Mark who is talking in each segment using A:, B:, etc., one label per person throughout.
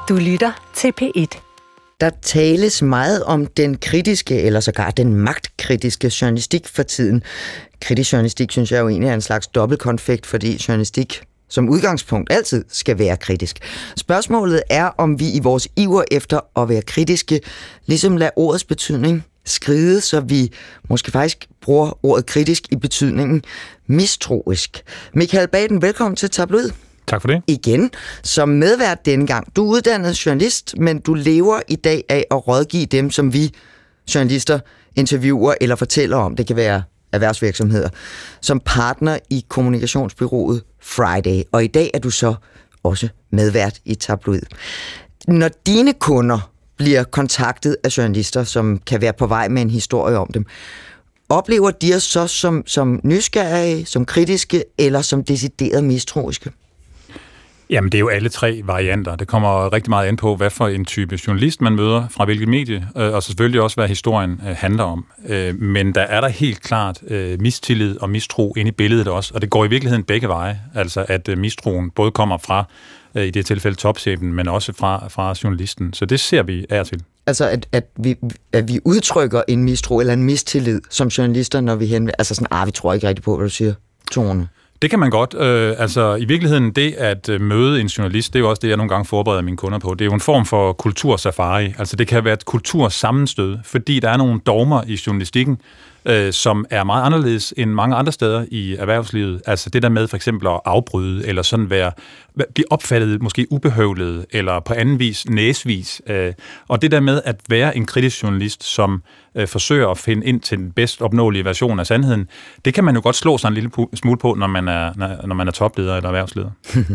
A: Du lytter til P1.
B: Der tales meget om den kritiske, eller sågar den magtkritiske journalistik for tiden. Kritisk journalistik synes jeg jo egentlig er en slags dobbeltkonfekt, fordi journalistik som udgangspunkt altid skal være kritisk. Spørgsmålet er, om vi i vores iver efter at være kritiske, ligesom lader ordets betydning skride, så vi måske faktisk bruger ordet kritisk i betydningen mistroisk. Michael Baden, velkommen til Tabloid.
C: Tak for det.
B: Igen, som medvært denne gang. Du er uddannet journalist, men du lever i dag af at rådgive dem, som vi journalister interviewer eller fortæller om. Det kan være erhvervsvirksomheder, som partner i kommunikationsbureauet Friday. Og i dag er du så også medvært i Tabloid. Når dine kunder bliver kontaktet af journalister, som kan være på vej med en historie om dem, oplever de os så som nysgerrige, som kritiske eller som decideret mistroiske?
C: Jamen, det er jo alle tre varianter. Det kommer rigtig meget an på, hvad for en type journalist man møder, fra hvilket medie, og så selvfølgelig også, hvad historien handler om. Men der er der helt klart mistillid og mistro inde i billedet også, og det går i virkeligheden begge veje. Altså, at mistroen både kommer fra, i det tilfælde topchefen, men også fra journalisten. Så det ser vi af til. Altså,
B: at vi udtrykker en mistro eller en mistillid som journalister, når vi henvender. Altså sådan, vi tror ikke rigtig på, hvad du siger, Tone.
C: Det kan man godt. Altså i virkeligheden det at møde en journalist, det er jo også det, jeg nogle gange forbereder mine kunder på. Det er jo en form for kultursafari. Altså det kan være et kultursammenstød, fordi der er nogle dogmer i journalistikken, som er meget anderledes end mange andre steder i erhvervslivet. Altså det der med for eksempel at afbryde, eller sådan blive opfattet måske ubehøvlet, eller på anden vis næsvis. Og det der med at være en kritisk journalist, som forsøger at finde ind til den bedst opnåelige version af sandheden, det kan man jo godt slå sig en lille smule på, når man er topleder eller erhvervsleder.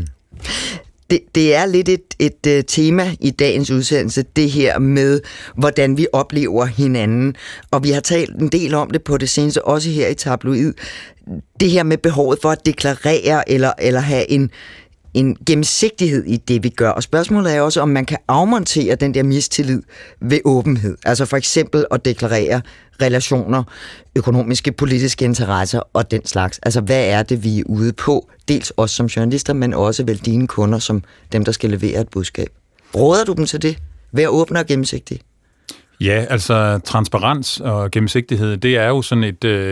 B: Det er lidt et tema i dagens udsendelse, det her med, hvordan vi oplever hinanden. Og vi har talt en del om det på det seneste, også her i Tabloid. Det her med behovet for at deklarere eller have en gennemsigtighed i det, vi gør. Og spørgsmålet er også, om man kan afmontere den der mistillid ved åbenhed. Altså for eksempel at deklarere relationer, økonomiske, politiske interesser og den slags. Altså hvad er det, vi er ude på? Dels os som journalister, men også vel dine kunder som dem, der skal levere et budskab. Råder du dem til det? Vær åben og gennemsigtig.
C: Ja, altså transparens og gennemsigtighed, det er jo sådan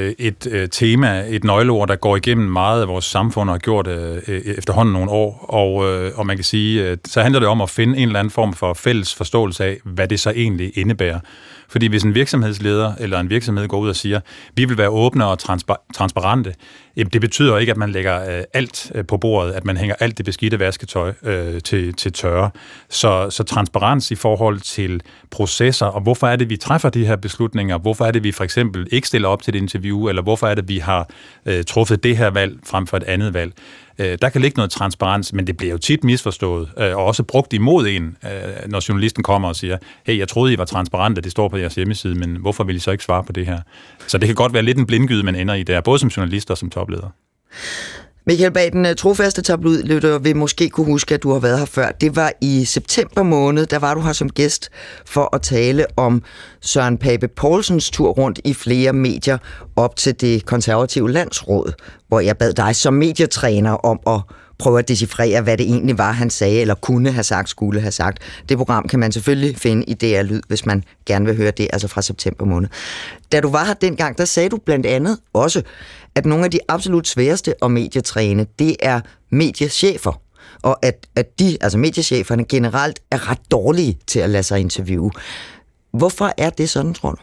C: et tema, et nøgleord, der går igennem meget af vores samfund og har gjort efterhånden nogle år. Og man kan sige, så handler det om at finde en eller anden form for fælles forståelse af, hvad det så egentlig indebærer. Fordi hvis en virksomhedsleder eller en virksomhed går ud og siger, vi vil være åbne og transparente, det betyder ikke, at man lægger alt på bordet, at man hænger alt det beskidte vasketøj til tørre. Så transparens i forhold til processer, og hvorfor er det, vi træffer de her beslutninger, hvorfor er det, vi for eksempel ikke stiller op til et interview, eller hvorfor er det, vi har truffet det her valg frem for et andet valg. Der kan ligge noget transparens, men det bliver jo tit misforstået, og også brugt imod en, når journalisten kommer og siger, hey, jeg troede, I var transparente, det står på jeres hjemmeside, men hvorfor vil I så ikke svare på det her? Så det kan godt være lidt en blindgyde, man ender i der, både som journalist og som topleder.
B: Michael Baden, trofaste tabloidlytter vil måske kunne huske, at du har været her før. Det var i september måned, der var du her som gæst for at tale om Søren Pape Poulsens tur rundt i flere medier op til det konservative landsråd, hvor jeg bad dig som medietræner om at prøve at decifrere, hvad det egentlig var, han sagde, eller kunne have sagt, skulle have sagt. Det program kan man selvfølgelig finde i DR Lyd, hvis man gerne vil høre det, altså fra september måned. Da du var her dengang, der sagde du blandt andet også, at nogle af de absolut sværeste at medietræne, det er mediechefer. Og at de, altså mediecheferne generelt, er ret dårlige til at lade sig interviewe. Hvorfor er det sådan, tror du?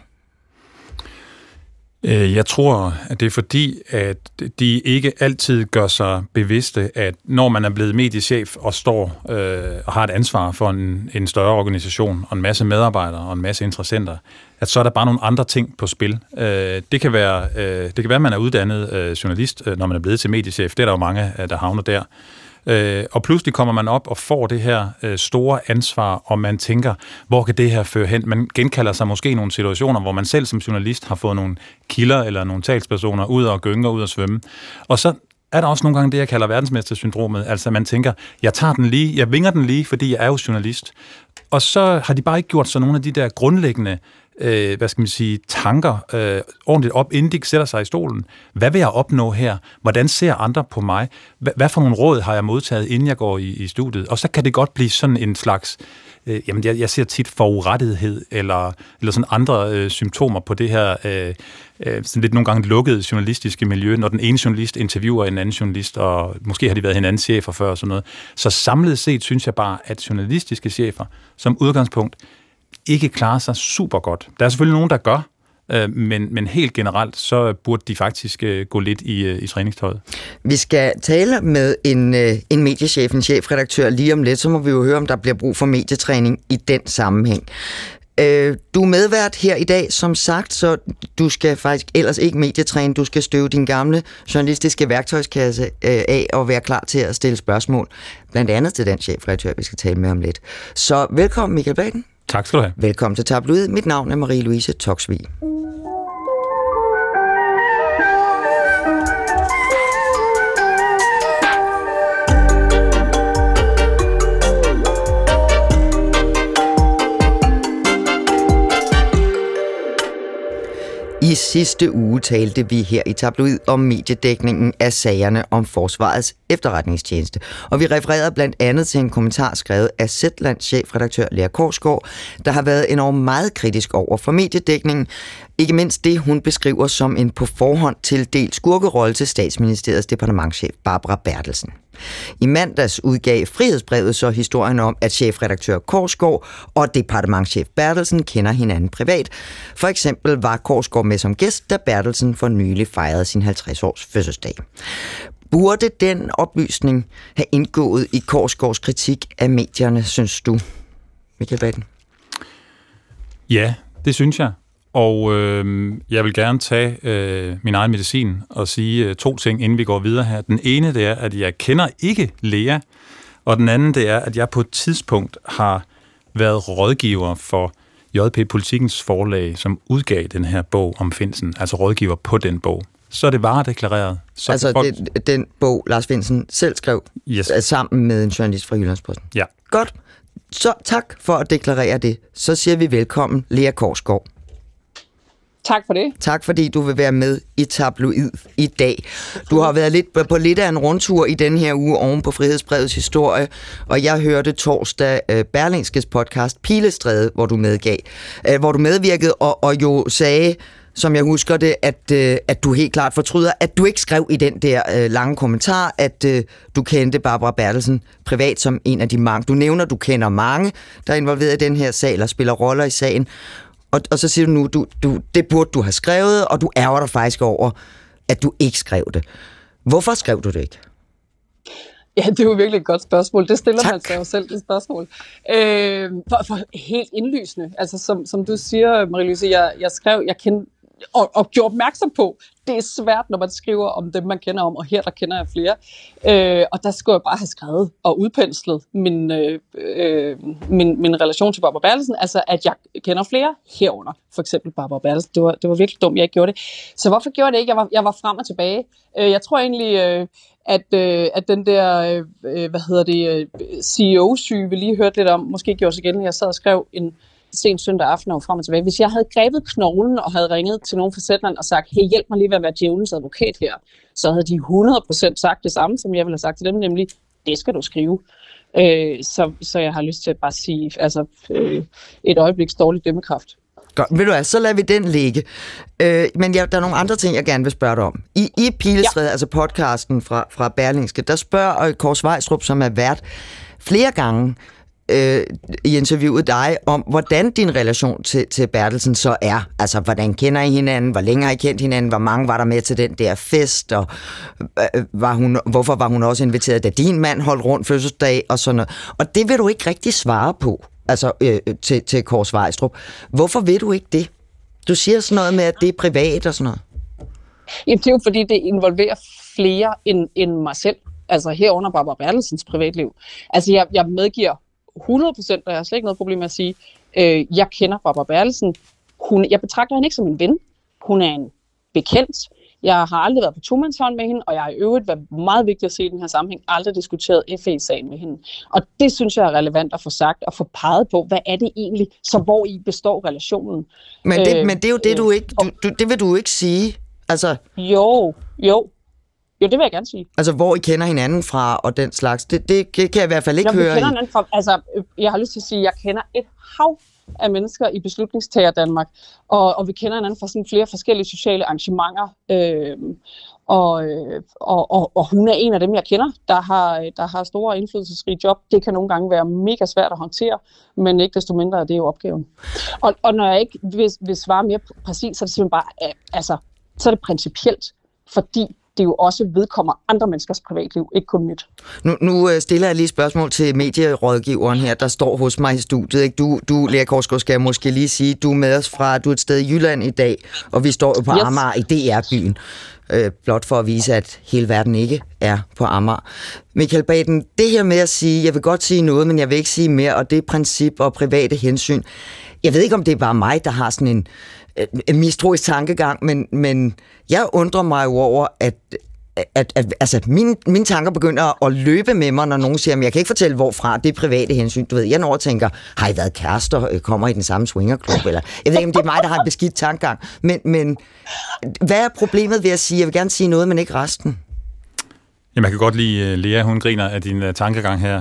C: Jeg tror, at det er fordi, at de ikke altid gør sig bevidste, at når man er blevet mediechef og står og har et ansvar for en større organisation og en masse medarbejdere og en masse interessenter, at så er der bare nogle andre ting på spil. Det kan være, at man er uddannet journalist, når man er blevet til mediechef. Det er der jo mange, der havner der. Og pludselig kommer man op og får det her store ansvar, og man tænker, hvor kan det her føre hen? Man genkalder sig måske nogle situationer, hvor man selv som journalist har fået nogle kilder eller nogle talspersoner ud og gynge og ud og svømme. Og så er der også nogle gange det, jeg kalder verdensmestersyndromet. Altså man tænker, jeg vinger den lige, fordi jeg er jo journalist. Og så har de bare ikke gjort sig nogle af de der grundlæggende tanker ordentligt op, inden de sætter sig i stolen. Hvad vil jeg opnå her? Hvordan ser andre på mig? Hvad for nogle råd har jeg modtaget, inden jeg går i studiet? Og så kan det godt blive sådan en slags, jeg ser tit forurettethed, eller sådan andre symptomer på det her sådan lidt nogle gange lukkede journalistiske miljø, når den ene journalist interviewer en anden journalist, og måske har de været hinandens chefer før og sådan noget. Så samlet set synes jeg bare, at journalistiske chefer som udgangspunkt ikke klarer sig super godt. Der er selvfølgelig nogen, der gør, men helt generelt, så burde de faktisk gå lidt i træningstøjet. Vi skal tale med en mediechef, en chefredaktør lige om lidt, så må vi jo høre, om der bliver brug for medietræning i den sammenhæng. Du er medvært her i dag, som sagt, så du skal faktisk ellers ikke medietræne. Du skal støve din gamle journalistiske værktøjskasse af og være klar til at stille spørgsmål, blandt andet til den chefredaktør, vi skal tale med om lidt. Så velkommen, Michael Baden. Tak skal du have.
B: Velkommen til Tabloid. Mit navn er Marie-Louise Toksvig. I sidste uge talte vi her i Tabloid om mediedækningen af sagerne om Forsvarets efterretningstjeneste. Og vi refererede blandt andet til en kommentar skrevet af Zetlands chefredaktør Lea Korsgaard, der har været enormt meget kritisk over for mediedækningen. Ikke mindst det, hun beskriver som en på forhånd tildelt skurkerolle til Statsministeriets departementschef Barbara Bertelsen. I mandags udgav Frihedsbrevet så historien om, at chefredaktør Korsgaard og departementschef Bertelsen kender hinanden privat. For eksempel var Korsgaard med som gæst, da Bertelsen for nylig fejrede sin 50-års fødselsdag. Burde den oplysning have indgået i Korsgaards kritik af medierne, synes du, Michael Baden?
C: Ja, det synes jeg. Og jeg vil gerne tage min egen medicin og sige to ting, inden vi går videre her. Den ene, det er, at jeg kender ikke Lea, og den anden, det er, at jeg på et tidspunkt har været rådgiver for JP Politikens forlag, som udgav den her bog om Findsen, altså rådgiver på den bog. Så det var deklareret. Så
B: altså den bog, Lars Findsen selv skrev,
C: yes,
B: sammen med en journalist fra Jyllandsposten?
C: Ja.
B: Godt. Så tak for at deklarere det. Så siger vi velkommen, Lea Korsgaard.
A: Tak for det.
B: Tak fordi du vil være med i Tabloid i dag. Du har været på lidt af en rundtur i den her uge oven på Frihedsbrevets historie, og jeg hørte torsdag Berlingskes podcast Pilestræde, hvor du medvirkede og jo sagde, som jeg husker det, at du helt klart fortryder, at du ikke skrev i den der lange kommentar, at du kendte Barbara Bertelsen privat som en af de mange. Du nævner, du kender mange, der er involveret i den her sag, eller spiller roller i sagen. Og så siger du nu, det burde du have skrevet, og du ærger dig faktisk over, at du ikke skrev det. Hvorfor skrev du det ikke?
A: Ja, det er jo virkelig et godt spørgsmål. Det stiller man sig jo selv, det spørgsmål. For helt indlysende. Altså, som du siger, Marie-Louise, jeg skrev, jeg kendte og gjorde opmærksom på, det er svært, når man skriver om dem, man kender om, og her der kender jeg flere. Og der skulle jeg bare have skrevet og udpenslet min relation til Barbara Bertelsen, altså at jeg kender flere herunder, for eksempel Barbara Bertelsen. Det var virkelig dumt, jeg ikke gjorde det. Så hvorfor gjorde jeg det ikke? Jeg var frem og tilbage. Jeg tror egentlig, at den der, CEO-syge, vi lige hørte lidt om, måske gjorde sig igen. Jeg sad og skrev en sent søndag aften og frem og tilbage. Hvis jeg havde grebet knoglen og havde ringet til nogen fra Zetland og sagt, hey, hjælp mig lige ved at være djævelens advokat her, så havde de 100% sagt det samme, som jeg ville have sagt til dem, nemlig, det skal du skrive. Så jeg har lyst til at bare sige, altså et øjebliks dårlig dømmekraft.
B: Godt. Ved du hvad, så lader vi den ligge. Men der er nogle andre ting, jeg gerne vil spørge dig om. I Pilestræde, altså podcasten fra Berlingske, der spørger Kåre Svejstrup, som er vært, flere gange i interviewet dig om, hvordan din relation til Bertelsen så er. Altså, hvordan kender I hinanden? Hvor længe har I kendt hinanden? Hvor mange var der med til den der fest? Og hvorfor var hun også inviteret, da din mand holdt rundt fødselsdag? Og sådan noget. Og det vil du ikke rigtig svare på, altså til Kåre Svejstrup. Hvorfor vil du ikke det? Du siger sådan noget med, at det er privat og sådan noget.
A: Jamen, det er jo fordi, det involverer flere end mig selv. Altså herunder Barbara Bertelsens privatliv. Altså, jeg medgiver 100%, og jeg har slet ikke noget problem med at sige, jeg kender Barbara Bertelsen. Jeg betragter hende ikke som en ven. Hun er en bekendt. Jeg har aldrig været på tomandshånd med hende, og jeg har i øvrigt været meget vigtigt at se i den her sammenhæng, aldrig diskuteret FE-sagen med hende. Og det synes jeg er relevant at få sagt og få peget på, hvad er det egentlig, så hvor i består relationen.
B: Men det er jo det, du ikke, det vil du ikke sige. Altså...
A: Jo, det vil jeg gerne sige.
B: Altså, hvor I kender hinanden fra og den slags, det kan jeg i hvert fald ikke høre.
A: Vi kender hinanden fra, altså, jeg har lyst til at sige, at jeg kender et hav af mennesker i beslutningstager Danmark, og vi kender hinanden fra sådan flere forskellige sociale arrangementer, og hun er en af dem, jeg kender, der har store indflydelsesrige job. Det kan nogle gange være mega svært at håndtere, men ikke desto mindre er det jo opgaven. Og når jeg ikke vil svare mere præcis, så er det simpelthen bare, altså, så er det principielt, fordi det jo også vedkommer andre menneskers privatliv, ikke kun mit.
B: Nu stiller jeg lige spørgsmål til medierådgiveren her, der står hos mig i studiet. Ikke? Du Lea Korsgaard, skal jeg måske lige sige, du er med os fra, du er et sted i Jylland i dag, og vi står jo på Amager i DR-byen. Blot for at vise, at hele verden ikke er på Amager. Michael Baden, det her med at sige, jeg vil godt sige noget, men jeg vil ikke sige mere, og det er princip og private hensyn. Jeg ved ikke, om det er bare mig, der har sådan en mistroisk tankegang, men jeg undrer mig jo over, at altså mine tanker begynder at løbe med mig, når nogen siger, at jeg kan ikke fortælle, hvorfra det er private hensyn. Du ved, jeg når og tænker, har I været kærester, kommer i den samme swingerklub? Eller jeg ved ikke, om det er mig, der har en beskidt tankegang. Men hvad er problemet ved at sige, jeg vil gerne sige noget, men ikke resten?
C: Jamen, jeg kan godt lide, Lea, hun griner af din tankegang her.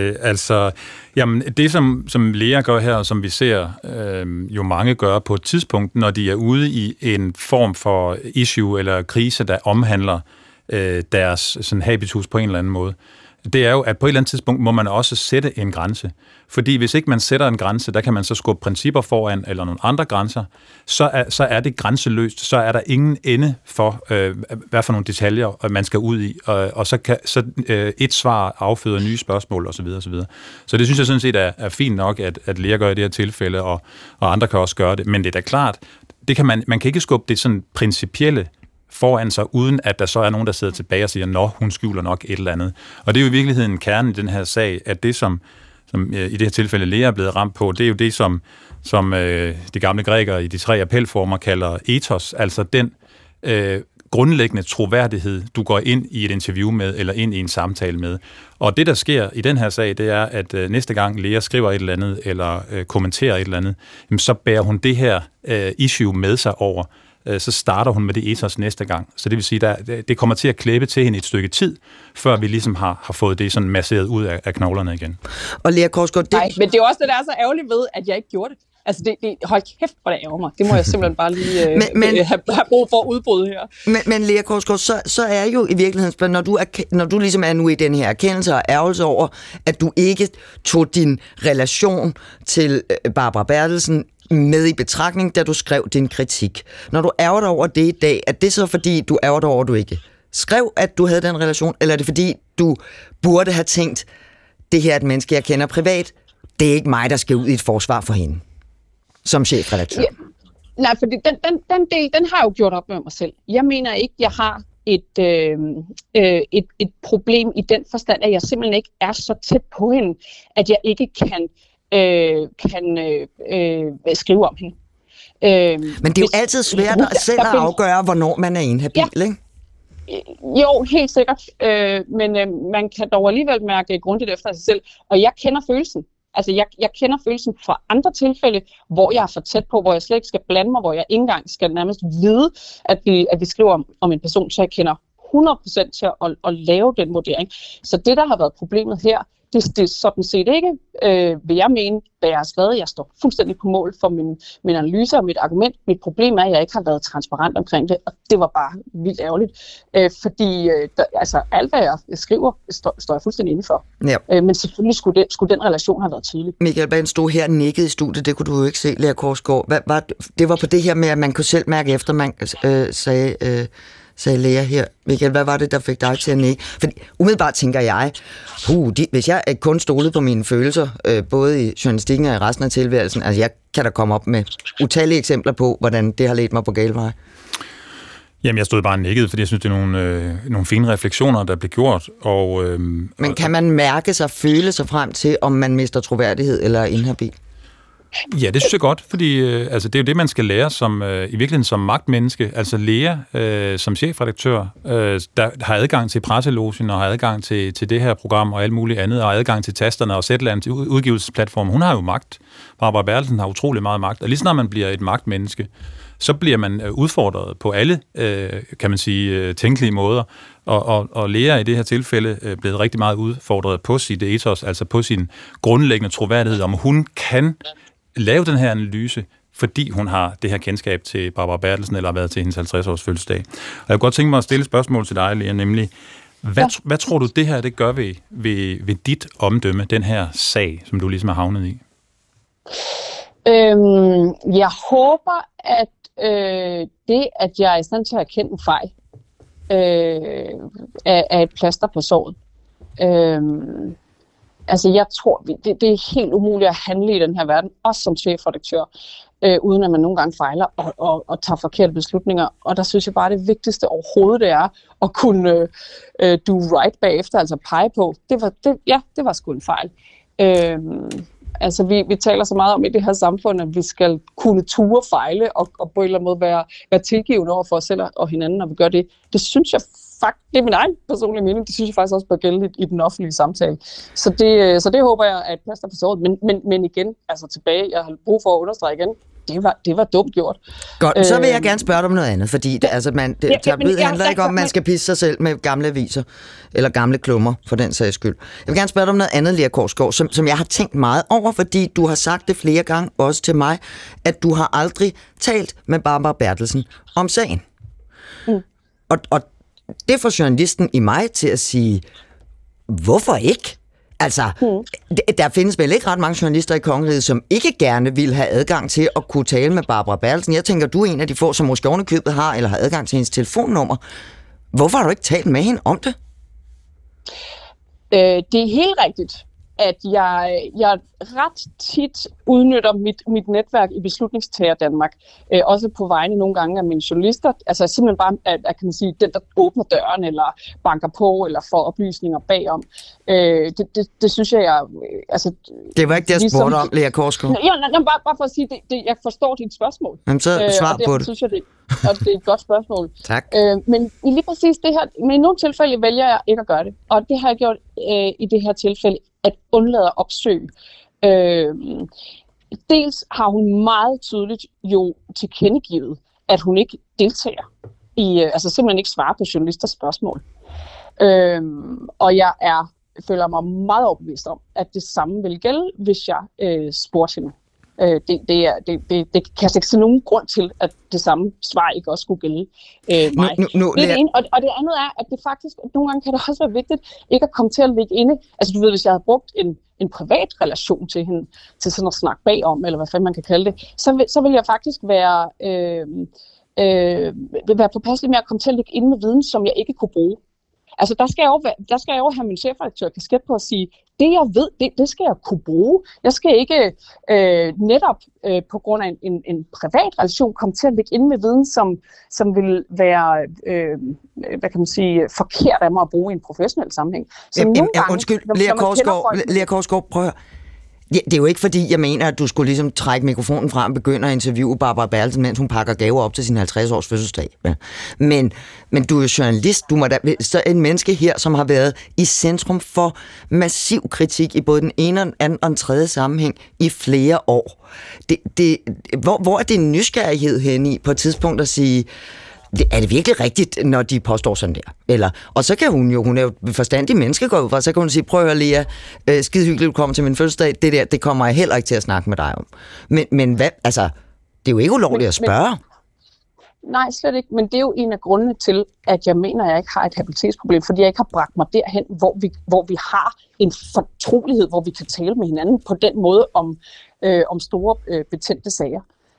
C: Jamen, det som Lea gør her, og som vi ser jo mange gør på et tidspunkt, når de er ude i en form for issue eller krise, der omhandler deres sådan habitus på en eller anden måde, det er jo, at på et eller andet tidspunkt må man også sætte en grænse. Fordi hvis ikke man sætter en grænse, der kan man så skubbe principper foran, eller nogle andre grænser, så er det grænseløst. Så er der ingen ende for, hvad for nogle detaljer man skal ud i. Og så kan et svar afføde nye spørgsmål, osv. osv. Så det synes jeg sådan set er fint nok, at Lea gør i det her tilfælde, og andre kan også gøre det. Men det er da klart, det kan man kan ikke skubbe det sådan principielle foran sig, uden at der så er nogen, der sidder tilbage og siger, nå, hun skjuler nok et eller andet. Og det er jo i virkeligheden kernen i den her sag, at det, som i det her tilfælde Lea er blevet ramt på, det er jo det, som de gamle grækere i de 3 appelformer kalder ethos, altså den grundlæggende troværdighed, du går ind i et interview med, eller ind i en samtale med. Og det, der sker i den her sag, det er, at næste gang Lea skriver et eller andet, eller kommenterer et eller andet, så bærer hun det her issue med sig over. Så starter hun med det ethos næste gang. Så det vil sige, at det kommer til at klæbe til hende et stykke tid, før vi ligesom har fået det sådan masseret ud af knoglerne igen.
B: Og Lea Korsgaard,
A: Nej, men det er også det, der er så ærgerligt ved, at jeg ikke gjorde det. Altså, hold kæft, hvor det ærger mig. Det må jeg simpelthen bare lige have brug for at udbryde her.
B: Men Lea Korsgaard, så er jo i virkeligheden, når du ligesom er nu i den her erkendelse og ærgelse over, at du ikke tog din relation til Barbara Bertelsen med i betragtning, da du skrev din kritik. Når du ærger dig over det i dag, er det så fordi, du ærger dig over, at du ikke skrev, at du havde den relation, eller er det fordi, du burde have tænkt, det her er et menneske, jeg kender privat, det er ikke mig, der skal ud i et forsvar for hende, som chefredaktør? Ja.
A: Nej, fordi den del, den har jeg jo gjort op med mig selv. Jeg mener ikke, jeg har et problem i den forstand, at jeg simpelthen ikke er så tæt på hende, at jeg ikke kan skrive om hende.
B: Men det er jo altid svært at selv at afgøre, hvornår man er inhabil, ikke?
A: Jo, helt sikkert. Men man kan dog alligevel mærke grundigt efter sig selv. Og jeg kender følelsen. Altså, jeg kender følelsen fra andre tilfælde, hvor jeg er for tæt på, hvor jeg slet ikke skal blande mig, hvor jeg ikke engang skal nærmest vide, at vi skriver om en person, så jeg kender 100% til at lave den vurdering. Så det, der har været problemet her, det er sådan set ikke, vil jeg mene, hvad jeg har skrevet. Jeg står fuldstændig på mål for min analyse og mit argument. Mit problem er, at jeg ikke har været transparent omkring det, og det var bare vildt ærgerligt. Fordi alt, hvad jeg skriver, står jeg fuldstændig inde for. Ja. Men selvfølgelig skulle den relation have været tydelig.
B: Michael Baden stod her nikket i studiet, det kunne du jo ikke se, Lea Korsgaard. Det var på det her med, at man kunne selv mærke efter, man sagde Lea her. Michael, hvad var det, der fik dig til at nikke? Fordi umiddelbart tænker jeg, hvis jeg kun stolede på mine følelser, både i journalistikken og i resten af tilværelsen, altså jeg kan da komme op med utallige eksempler på, hvordan det har ledt mig på gale vej.
C: Jamen, jeg stod bare nikket, fordi jeg synes, det er nogle fine refleksioner, der blev gjort.
B: Men kan man mærke sig, føle sig frem til, om man mister troværdighed eller er inhabil?
C: Ja, det synes jeg godt, fordi altså, det er jo det, man skal lære som, i virkeligheden som magtmenneske. Altså Lea, som chefredaktør, der har adgang til presselogen og har adgang til det her program og alt muligt andet, og adgang til tasterne og Zetlands udgivelsesplatform. Hun har jo magt. Barbara Bertelsen har utrolig meget magt. Og lige snart man bliver et magtmenneske, så bliver man udfordret på alle, kan man sige, tænkelige måder. Og Lea i det her tilfælde blevet rigtig meget udfordret på sit ethos, altså på sin grundlæggende troværdighed, om hun kan lave den her analyse, fordi hun har det her kendskab til Barbara Bertelsen, eller har været til hendes 50-års fødselsdag. Og jeg kunne godt tænke mig at stille et spørgsmål til dig, Lea, nemlig, hvad tror du, det her det gør ved dit omdømme, den her sag, som du ligesom er havnet i?
A: Jeg håber, at det, at jeg er i stand til at erkende en fejl, er et plaster på såret. Altså, jeg tror, det er helt umuligt at handle i den her verden, også som chefredaktør, uden at man nogle gange fejler og tager forkerte beslutninger. Og der synes jeg bare, det vigtigste overhovedet, det er at kunne do right bagefter, altså pege på. Det var sgu en fejl. Altså, vi taler så meget om i det her samfund, at vi skal kunne ture fejle og på en eller anden måde være tilgivende over for os selv og hinanden, når vi gør det. Det synes jeg faktisk, det er min egen personlige mening, det synes jeg faktisk også bør gælde i den offentlige samtale. Så det håber jeg, at plaster på såret. Men igen, altså tilbage, jeg har brug for at understrege igen, det var dumt gjort.
B: Godt, så vil jeg gerne spørge dig om noget andet, fordi tabloid handler ikke om, at man skal pisse sig selv med gamle aviser, eller gamle klummer, for den sags skyld. Jeg vil gerne spørge dig om noget andet, Lea Korsgaard, som jeg har tænkt meget over, fordi du har sagt det flere gange, også til mig, at du har aldrig talt med Barbara Bertelsen om sagen. Og det får journalisten i mig til at sige, hvorfor ikke? Altså, der findes vel ikke ret mange journalister i kongeriget, som ikke gerne vil have adgang til at kunne tale med Barbara Bertelsen. Jeg tænker, du er en af de få, som måske ovenikøbet har, eller har adgang til hendes telefonnummer. Hvorfor har du ikke talt med hende om det?
A: Det er helt rigtigt, at jeg ret tit udnytter mit netværk i Beslutningstager Danmark, også på vegne nogle gange af mine journalister, altså simpelthen bare, at kan man sige, den der åbner døren, eller banker på, eller får oplysninger bagom. Det synes jeg, altså... Det
B: var ikke det, jeg spurgte om, Lea Korsgaard.
A: Ja, bare for at sige, jeg forstår dit spørgsmål.
B: Jamen så svar på det.
A: Synes jeg, og det er et godt spørgsmål.
B: Tak.
A: Men lige præcis det her, men i nogle tilfælde vælger jeg ikke at gøre det, og det har jeg gjort i det her tilfælde, at undlade at opsøge. Dels har hun meget tydeligt jo tilkendegivet, at hun ikke deltager i, altså simpelthen ikke svarer på journalisters spørgsmål. Og jeg føler mig meget overbevist om, at det samme vil gælde, hvis jeg spurgte hende. Det kan ikke se nogen grund til, at det samme svar ikke også skulle gælde mig. Det ene. Og det andet er, at det faktisk, at nogle gange kan det også være vigtigt, ikke at komme til at ligge inde. Altså du ved, hvis jeg havde brugt en privat relation til hende, til sådan at snakke bagom, eller hvad fanden man kan kalde det, så vil jeg faktisk være påpasselig med at komme til at ligge inde med viden, som jeg ikke kunne bruge. Altså der skal jeg jo have min chefredaktør kasket på at sige, det jeg ved, det skal jeg kunne bruge. Jeg skal ikke netop på grund af en privat relation komme til at ligge inde med viden, som vil være, hvad kan man sige, forkert af mig at bruge i en professionel sammenhæng.
B: Undskyld, Lea Korsgaard, prøv at... Det er jo ikke fordi, jeg mener, at du skulle ligesom trække mikrofonen frem og begynde at interviewe Barbara Bertelsen, mens hun pakker gaver op til sin 50-års fødselsdag. Men du er jo journalist. Du må da så en menneske her, som har været i centrum for massiv kritik i både den ene og den tredje sammenhæng i flere år. Hvor er din nysgerrighed henne i på et tidspunkt at sige... Er det virkelig rigtigt, når de påstår sådan der? Og så kan hun er jo forstandig menneske, går ud fra, så kan hun sige, prøv at Lea, skide hyggeligt, du kommer til min fødselsdag, det kommer jeg heller ikke til at snakke med dig om. Men hvad, altså, det er jo ikke ulovligt at spørge.
A: Nej, slet ikke, men det er jo en af grundene til, at jeg mener, at jeg ikke har et habilitetsproblem, fordi jeg ikke har bragt mig derhen, hvor vi har en fortrolighed, hvor vi kan tale med hinanden på den måde om store betændte sager.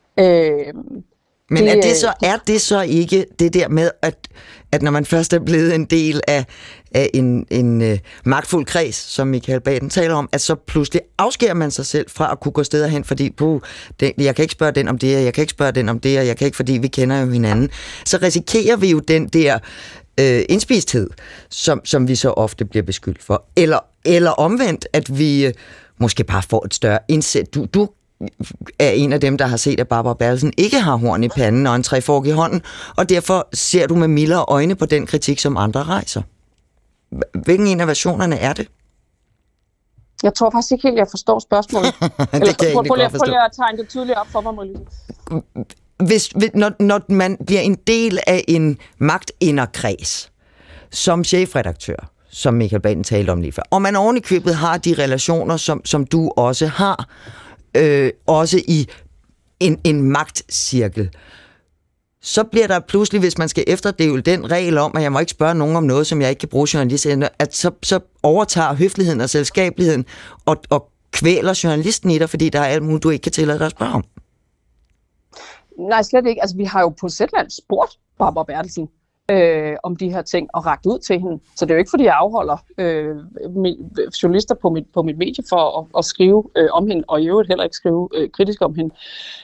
B: Men er det så ikke det der med, at når man først er blevet en del af en magtfuld kreds, som Michael Baden taler om, at så pludselig afskærer man sig selv fra at kunne gå steder hen, fordi jeg kan ikke spørge den om det, og jeg kan ikke spørge den om det, og jeg kan ikke, fordi vi kender jo hinanden. Så risikerer vi jo den der indspisthed, som vi så ofte bliver beskyldt for. Eller omvendt, at vi måske bare får et større indsæt. Du er en af dem, der har set, at Barbara Bertelsen ikke har horn i panden og en trefork i hånden, og derfor ser du med mildere øjne på den kritik, som andre rejser. Hvilken en af versionerne er det?
A: Jeg tror faktisk ikke helt, jeg forstår spørgsmålet.
B: Prøv
A: lige at tegne det tydeligt op for mig, Molly.
B: Når man bliver en del af en magtinderkreds, som chefredaktør, som Michael Baden talte om lige før, og man oven i købet har de relationer, som du også har, også i en magtcirkel, så bliver der pludselig, hvis man skal efterdele den regel om, at jeg må ikke spørge nogen om noget, som jeg ikke kan bruge journalisten, at så overtager høfligheden og selskabeligheden og kvæler journalisten i dig, fordi der er alt muligt, du ikke kan tillade dig at spørge om.
A: Nej, slet ikke. Altså, vi har jo på Zetland spurgt Barbara Bertelsen om de her ting og rakt ud til hende. Så det er jo ikke, fordi jeg afholder journalister på mit medie for at skrive om hende, og i øvrigt heller ikke skrive kritisk om hende.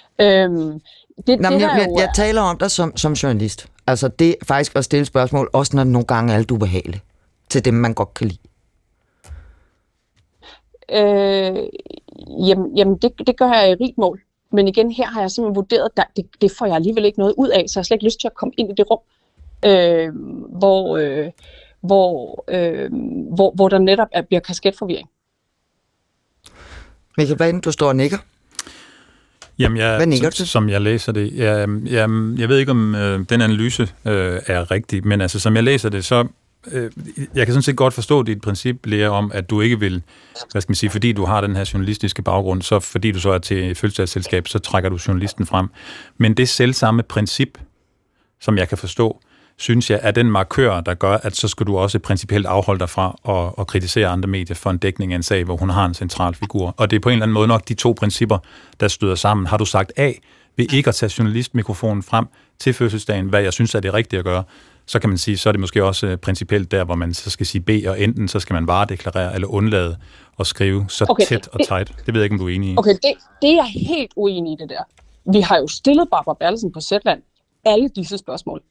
B: Jeg taler om dig som journalist. Altså det faktisk at stille spørgsmål, også når det nogle gange er alt ubehageligt, til dem, man godt kan lide.
A: Jamen det gør jeg i rigt mål. Men igen, her har jeg simpelthen vurderet, at det får jeg alligevel ikke noget ud af, så jeg har slet ikke lyst til at komme ind i det rum, hvor der netop bliver kasketforvirring.
B: Michael Baden, du står og nikker.
C: Jamen, som jeg læser det, jeg ved ikke, om den analyse er rigtig, men altså, som jeg læser det, så jeg kan sådan set godt forstå dit princip, Lea, om, at du ikke vil, hvad skal man sige, fordi du har den her journalistiske baggrund, så fordi du så er til et fødselsdagsselskab, så trækker du journalisten frem. Men det selvsamme princip, som jeg kan forstå, synes jeg, er den markør, der gør, at så skal du også principielt afholde dig fra at kritisere andre medier for en dækning af en sag, hvor hun har en central figur. Og det er på en eller anden måde nok de to principper, der støder sammen. Har du sagt A, ved ikke at tage journalistmikrofonen frem til fødselsdagen, hvad jeg synes er det rigtige at gøre, så kan man sige, så er det måske også principielt der, hvor man så skal sige B, og enten så skal man varedeklarere eller undlade at skrive så tæt og tight. Det ved jeg ikke, om du er enig i.
A: Okay, det er jeg helt uenig i det der. Vi har jo stillet Barbara Bertelsen på Zetland alle disse spørgsmål.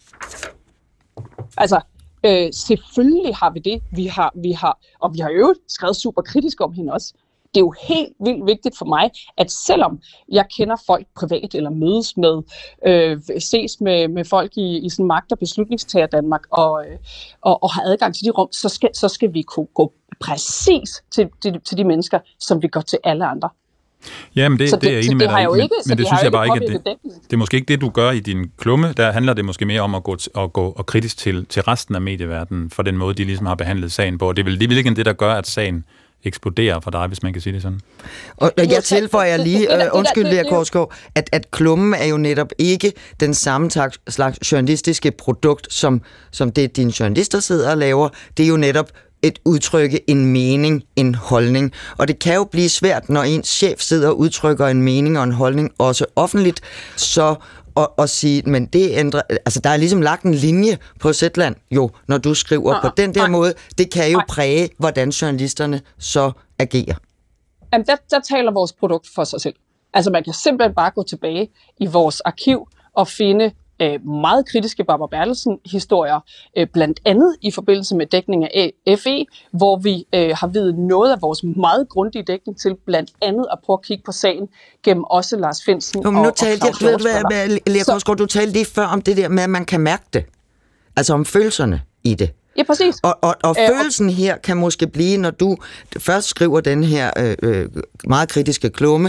A: Altså, selvfølgelig har vi det. Vi har jo skrevet super kritisk om hende også. Det er jo helt vildt vigtigt for mig, at selvom jeg kender folk privat, eller mødes med, ses med folk i sådan magt- og beslutningstager Danmark, og har adgang til de rum, så skal vi kunne gå præcis til de mennesker, som vi går til alle andre.
C: Ja, men det er jeg enig med dig i, men det synes jeg bare ikke, at det er måske ikke det, du gør i din klumme. Der handler det måske mere om at gå kritisk til resten af medieverdenen, for den måde, de ligesom har behandlet sagen på. Det er vel ikke det, der gør, at sagen eksploderer for dig, hvis man kan sige det sådan. Og
B: jeg tilføjer lige, undskyld Lea Korsgaard, at klummen er jo netop ikke den samme slags journalistiske produkt, som det, dine journalister sidder og laver. Det er jo netop et udtrykke, en mening, en holdning. Og det kan jo blive svært, når ens chef sidder og udtrykker en mening og en holdning, også offentligt, så at sige, men det ændrer, altså der er ligesom lagt en linje på Zetland, jo, når du skriver på den der måde, det kan jo præge, hvordan journalisterne så agerer.
A: Jamen, der taler vores produkt for sig selv. Altså man kan simpelthen bare gå tilbage i vores arkiv og finde meget kritiske Barbara Bertelsen-historier, blandt andet i forbindelse med dækning af FE, hvor vi har videt noget af vores meget grundige dækning til, blandt andet at prøve at kigge på sagen gennem også Lars Findsen og Claus Hjortsbøller.
B: Du talte lige før om det der med, at man kan mærke det. Altså om følelserne i det.
A: Ja, præcis.
B: Og følelsen her kan måske blive, når du først skriver den her meget kritiske klumme,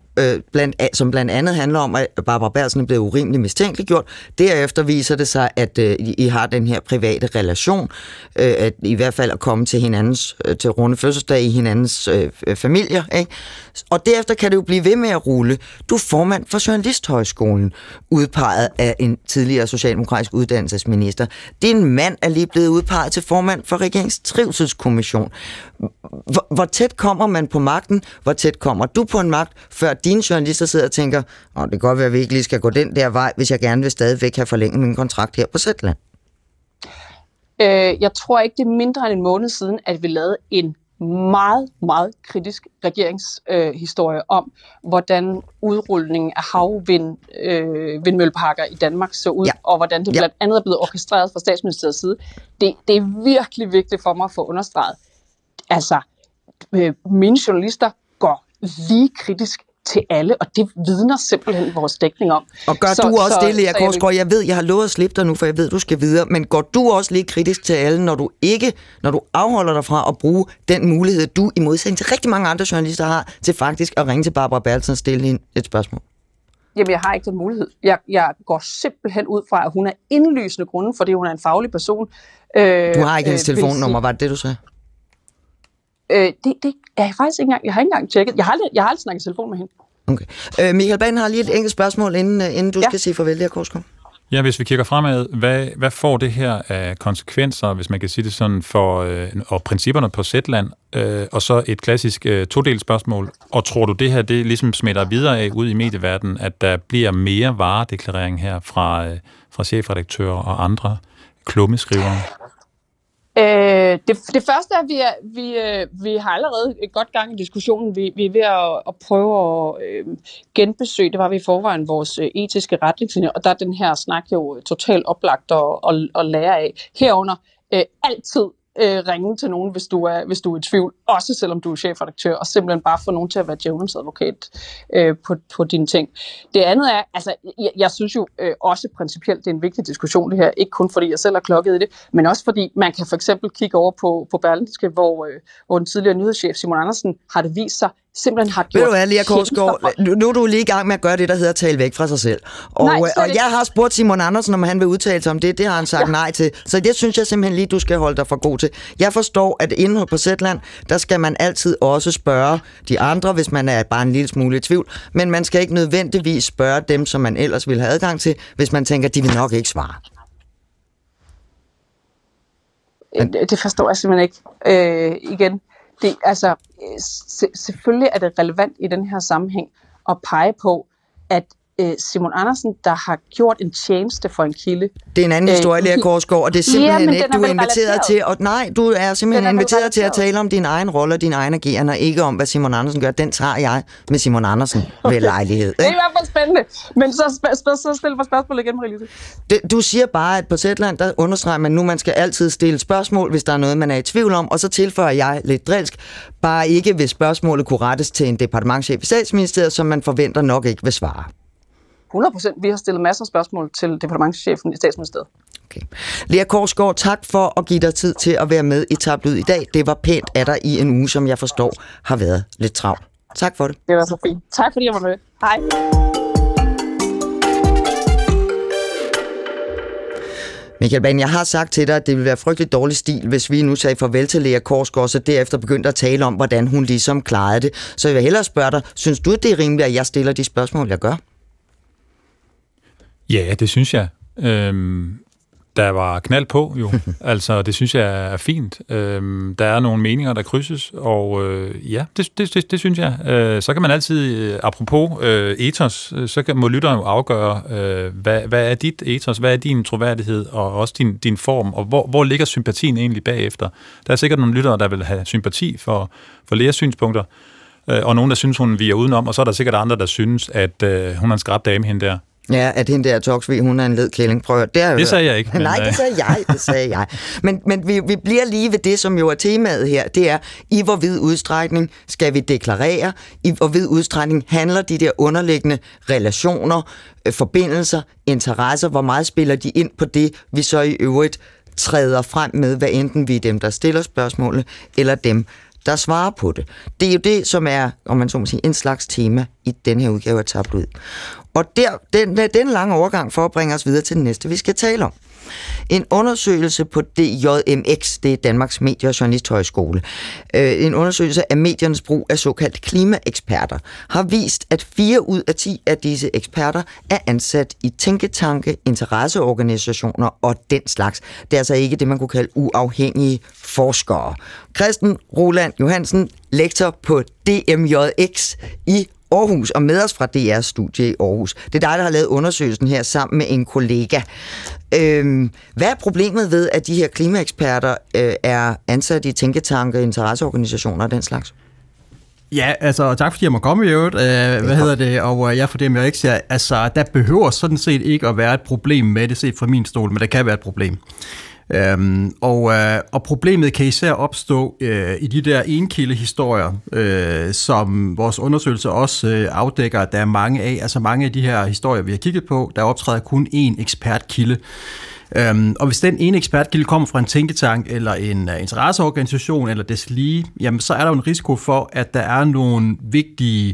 B: som blandt andet handler om, at Barbara Bertelsen er blevet urimeligt mistænkeliggjort. Derefter viser det sig, at I har den her private relation, at i hvert fald at komme til hinandens til runde fødselsdag i hinandens familier. Ikke? Og derefter kan det jo blive ved med at rulle. Du er formand for Journalisthøjskolen, udpeget af en tidligere socialdemokratisk uddannelsesminister. Din mand er lige blevet udpeget til formand for Regeringens Trivselskommission. Hvor tæt kommer man på magten? Hvor tæt kommer du på en magt, før dine journalister sidder og tænker, det kan godt være, at vi ikke lige skal gå den der vej, hvis jeg gerne vil stadigvæk have forlænget min kontrakt her på Zetland?
A: Jeg tror ikke, det er mindre end en måned siden, at vi lavede en meget, meget kritisk regeringshistorie om, hvordan udrulningen af havvindmølleparker i Danmark så ud, og hvordan det blandt andet er blevet orkestreret fra statsministeriets side. Det er virkelig vigtigt for mig at få understreget. Altså, mine journalister går lige kritisk til alle, og det vidner simpelthen vores dækning om.
B: Og gør du også det, Lea Korsgaard? Jeg ved, jeg har lovet at slippe dig nu, for jeg ved, du skal videre, men går du også lige kritisk til alle, når du afholder dig fra at bruge den mulighed, du i modsætning til rigtig mange andre journalister har, til faktisk at ringe til Barbara Bertelsen og stille hende et spørgsmål?
A: Jamen, jeg har ikke den mulighed. Jeg går simpelthen ud fra, at hun er indlysende grunde, fordi hun er en faglig person.
B: Du har ikke hendes telefonnummer, var det du sagde?
A: Det er jeg faktisk ikke engang. Jeg har ikke engang tjekket. Jeg har aldrig snakket telefon med hende.
B: Okay. Michael Baden har lige et enkelt spørgsmål, inden du skal sige farvel, Lea Korsgaard.
C: Ja, hvis vi kigger fremad, hvad får det her af konsekvenser, hvis man kan sige det sådan, og principperne på Zetland, og så et klassisk todelt spørgsmål. Og tror du, det her det ligesom smitter videre af ud i medieverdenen, at der bliver mere varedeklarering her fra chefredaktører og andre klummeskrivere?
A: Det første er, at vi har allerede et godt gang i diskussionen. Vi er ved at prøve at genbesøge, det var vi i forvejen, vores etiske retningslinjer, og der er den her snak jo totalt oplagt at lære af. Herunder altid ringe til nogen, hvis du er i tvivl, også selvom du er chefredaktør, og simpelthen bare få nogen til at være djævelens advokat på dine ting. Det andet er, altså, jeg synes jo også principielt, det er en vigtig diskussion det her, ikke kun fordi jeg selv er klokket i det, men også fordi man kan for eksempel kigge over på Berlingske, hvor den tidligere nyhedschef Simon Andersen har det vist sig, simpelthen har gjort...
B: Ved du hvad, Lea Korsgaard, nu er du lige i gang med at gøre det, der hedder tale væk fra sig selv. Og jeg har spurgt Simon Andersen, om han vil udtale sig om det. Det har han sagt nej til. Så det synes jeg simpelthen lige, du skal holde dig for god til. Jeg forstår, at inde på Zetland, der skal man altid også spørge de andre, hvis man er bare en lille smule i tvivl. Men man skal ikke nødvendigvis spørge dem, som man ellers ville have adgang til, hvis man tænker, de vil nok ikke svare.
A: Det forstår jeg simpelthen ikke. Igen. Det, altså, selvfølgelig er det relevant i den her sammenhæng at pege på, at Simon Andersen, der har gjort en tjeneste for en kilde.
B: Det er en anden historie, Lea Korsgaard, og det er simpelthen ikke, du er inviteret til. Og nej, du er simpelthen inviteret til at tale om din egen rolle og din egen ageren, og ikke om, hvad Simon Andersen gør. Den tager jeg med Simon Andersen ved lejlighed.
A: Det er i hvert fald spændende. Men så stille mig spørgsmål igen, Marie-Lise.
B: Du siger bare, at på Zetland, der understreger man nu, man skal altid stille spørgsmål, hvis der er noget, man er i tvivl om, og så tilføjer jeg lidt drilsk, bare ikke hvis spørgsmålet kunne rettes til en departementschef i Statsministeriet, som man forventer nok ikke vil svare.
A: 100%. Vi har stillet masser af spørgsmål til departementschefen i Statsministeriet.
B: Okay. Lea Korsgaard, tak for at give dig tid til at være med i Tablyd i dag. Det var pænt af dig i en uge, som jeg forstår har været lidt travlt. Tak for det.
A: Det var så fint. Tak fordi jeg var med. Hej.
B: Michael Baden, jeg har sagt til dig, at det ville være frygteligt dårlig stil, hvis vi nu sagde farvel til Lea Korsgaard, så derefter begyndte at tale om, hvordan hun ligesom klarede det. Så jeg vil hellere spørge dig, synes du, det er rimeligt, at jeg stiller de spørgsmål, jeg gør?
C: Ja, det synes jeg. Der var knald på, jo. Altså, det synes jeg er fint. Der er nogle meninger, der krydses, og ja, det synes jeg. Så kan man altid, apropos ethos, så må lytteren jo afgøre, hvad er dit ethos, hvad er din troværdighed, og også din form, og hvor ligger sympatien egentlig bagefter. Der er sikkert nogle lyttere, der vil have sympati for Leas synspunkter, og nogen, der synes, hun viger udenom, og så er der sikkert andre, der synes, at hun er en skrab dame, hende der.
B: Ja, at hende der Toksvig, hun er en led kælling. Prøv at
C: det sagde jeg ikke.
B: Nej, det sagde jeg. Men vi bliver lige ved det, som jo er temaet her. Det er, i hvor vid udstrækning skal vi deklarere? I hvor vid udstrækning handler de der underliggende relationer, forbindelser, interesser? Hvor meget spiller de ind på det, vi så i øvrigt træder frem med, hvad enten vi er dem, der stiller spørgsmålet, eller dem, der svarer på det. Det er jo det, som er, om man så må sige, en slags tema i den her udgave af Tablyd. Og den lange overgang for at bringe os videre til den næste, vi skal tale om. En undersøgelse på DJMX, det er Danmarks Medie- og Journalisthøjskole, en undersøgelse af mediernes brug af såkaldte klimaeksperter, har vist, at 4 ud af 10 af disse eksperter er ansat i tænketanke, interesseorganisationer og den slags. Det er altså ikke det, man kunne kalde uafhængige forskere. Christen Roland Johansen, lektor på DMJX i Aarhus, og med os fra DR's studie i Aarhus. Det er dig, der har lavet undersøgelsen her sammen med en kollega. Hvad er problemet ved, at de her klimaeksperter er ansat i tænketanke, interesseorganisationer og den slags?
D: Ja, altså tak fordi jeg må komme i øvrigt. Og jeg for det med ikke altså der behøver sådan set ikke at være et problem med det set fra min stol, men der kan være et problem. Og problemet kan især opstå i de der enkildehistorier, som vores undersøgelse også afdækker, at der er mange af. Altså mange af de her historier, vi har kigget på, der optræder kun én ekspertkilde. Og hvis den ene ekspertkilde kommer fra en tænketank eller en interesseorganisation eller deslige, jamen så er der jo en risiko for, at der er nogle vigtige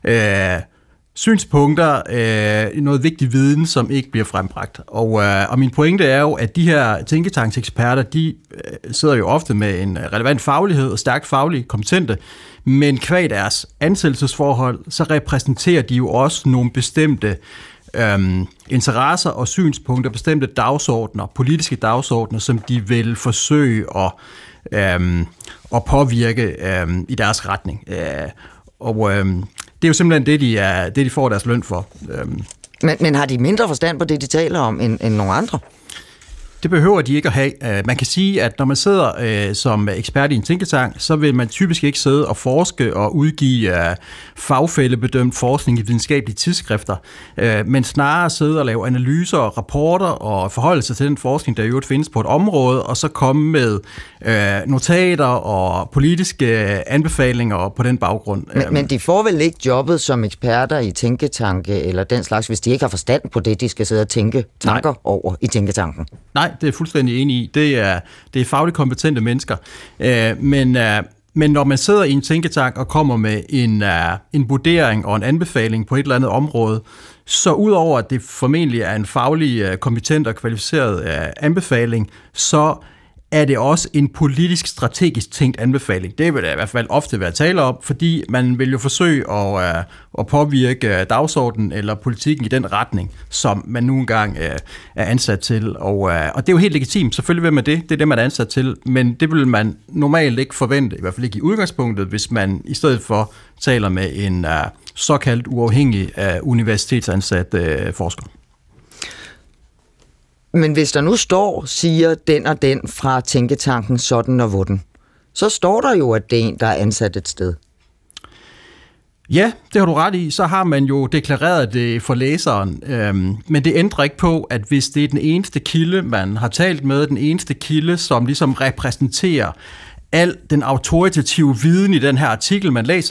D: synspunkter, noget vigtig viden, som ikke bliver frembragt. Og min pointe er jo, at de her tænketankseksperter, de sidder jo ofte med en relevant faglighed og stærkt fagligt kompetente, men kvad deres ansættelsesforhold, så repræsenterer de jo også nogle bestemte interesser og synspunkter, bestemte dagsordner, politiske dagsordner, som de vil forsøge at påvirke i deres retning. Det er jo simpelthen det, de får deres løn for.
B: Men har de mindre forstand på det, de taler om, end nogle andre?
D: Det behøver de ikke at have. Man kan sige, at når man sidder som ekspert i en tænketank, så vil man typisk ikke sidde og forske og udgive fagfællebedømt forskning i videnskabelige tidsskrifter, men snarere sidde og lave analyser og rapporter og forholde sig til den forskning, der jo findes på et område, og så komme med notater og politiske anbefalinger på den baggrund.
B: Men de får vel ikke jobbet som eksperter i tænketanke eller den slags, hvis de ikke har forstand på det, de skal sidde og tænke tanker over i tænketanken?
D: Nej, det er jeg fuldstændig enig i. Det er fagligt kompetente mennesker. Men når man sidder i en tænketank og kommer med en vurdering og en anbefaling på et eller andet område, så udover at det formentlig er en faglig kompetent og kvalificeret anbefaling, så er det også en politisk strategisk tænkt anbefaling. Det vil der i hvert fald ofte være tale om, fordi man vil jo forsøge at påvirke dagsordenen eller politikken i den retning, som man nu engang er ansat til. Og det er jo helt legitimt. Selvfølgelig vil man det. Det er det, man er ansat til. Men det vil man normalt ikke forvente, i hvert fald ikke i udgangspunktet, hvis man i stedet for taler med en såkaldt uafhængig universitetsansat forsker.
B: Men hvis der nu siger den og den fra tænketanken sådan og hvordan, så står der jo, at det er en, der er ansat et sted.
D: Ja, det har du ret i. Så har man jo deklareret det for læseren. Men det ændrer ikke på, at hvis det er den eneste kilde, man har talt med, den eneste kilde, som ligesom repræsenterer al den autoritative viden i den her artikel, man læser,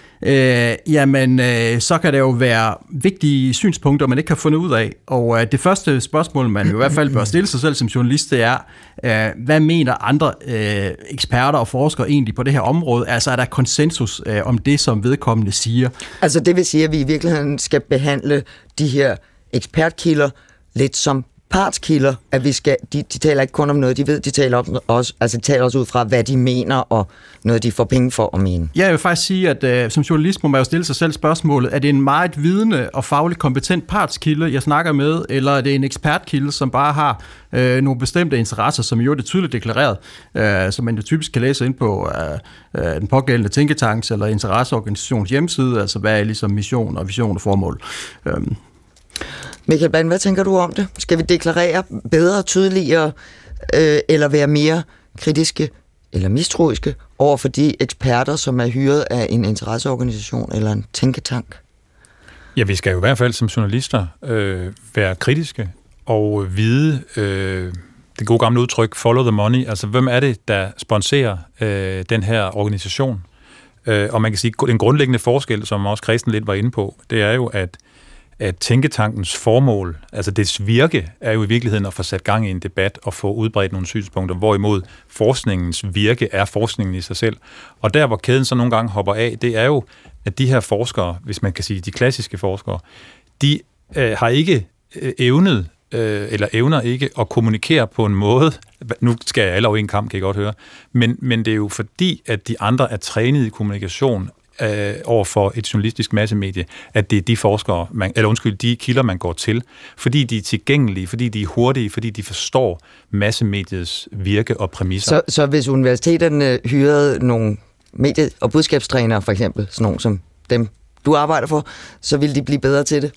D: så kan det jo være vigtige synspunkter, man ikke har fundet ud af. Og det første spørgsmål, man i hvert fald bør stille sig selv som journalist, det er, hvad mener andre eksperter og forskere egentlig på det her område? Altså er der konsensus om det, som vedkommende siger? Altså
B: det vil sige, at vi i virkeligheden skal behandle de her ekspertkilder lidt som partskilder, at de taler ikke kun om noget, de ved, de taler også ud fra, hvad de mener, og noget, de får penge for at mene.
D: Ja, jeg vil faktisk sige, at som journalist må man jo stille sig selv spørgsmålet, er det en meget vidende og fagligt kompetent partskilde, jeg snakker med, eller er det en ekspertkilde, som bare har nogle bestemte interesser, som jo er tydeligt deklareret, som man jo typisk kan læse ind på den pågældende tænketanks eller interesseorganisations hjemmeside, altså hvad er ligesom mission og vision og formål.
B: Michael Baden, hvad tænker du om det? Skal vi deklarere bedre, tydeligere, eller være mere kritiske eller mistroiske over for de eksperter, som er hyret af en interesseorganisation eller en tænketank?
C: Ja, vi skal jo i hvert fald som journalister være kritiske og vide det gode gamle udtryk, follow the money. Altså, hvem er det, der sponsorer den her organisation? Og man kan sige, at den grundlæggende forskel, som også Christen lidt var inde på, det er jo, at tænketankens formål, altså dets virke, er jo i virkeligheden at få sat gang i en debat og få udbredt nogle synspunkter, hvorimod forskningens virke er forskningen i sig selv. Og der, hvor kæden så nogle gange hopper af, det er jo, at de her forskere, hvis man kan sige de klassiske forskere, de har ikke evnet eller evner ikke at kommunikere på en måde, nu skal jeg alle over en kamp, kan I godt høre, men det er jo fordi, at de andre er trænet i kommunikation over for et journalistisk massemedie, at det er de forskere, de kilder, man går til, fordi de er tilgængelige, fordi de er hurtige, fordi de forstår massemediets virke og præmisser.
B: Så hvis universiteterne hyrede nogle medie- og budskabstrænere, for eksempel, sådan nogle som dem, du arbejder for, så ville de blive bedre til det?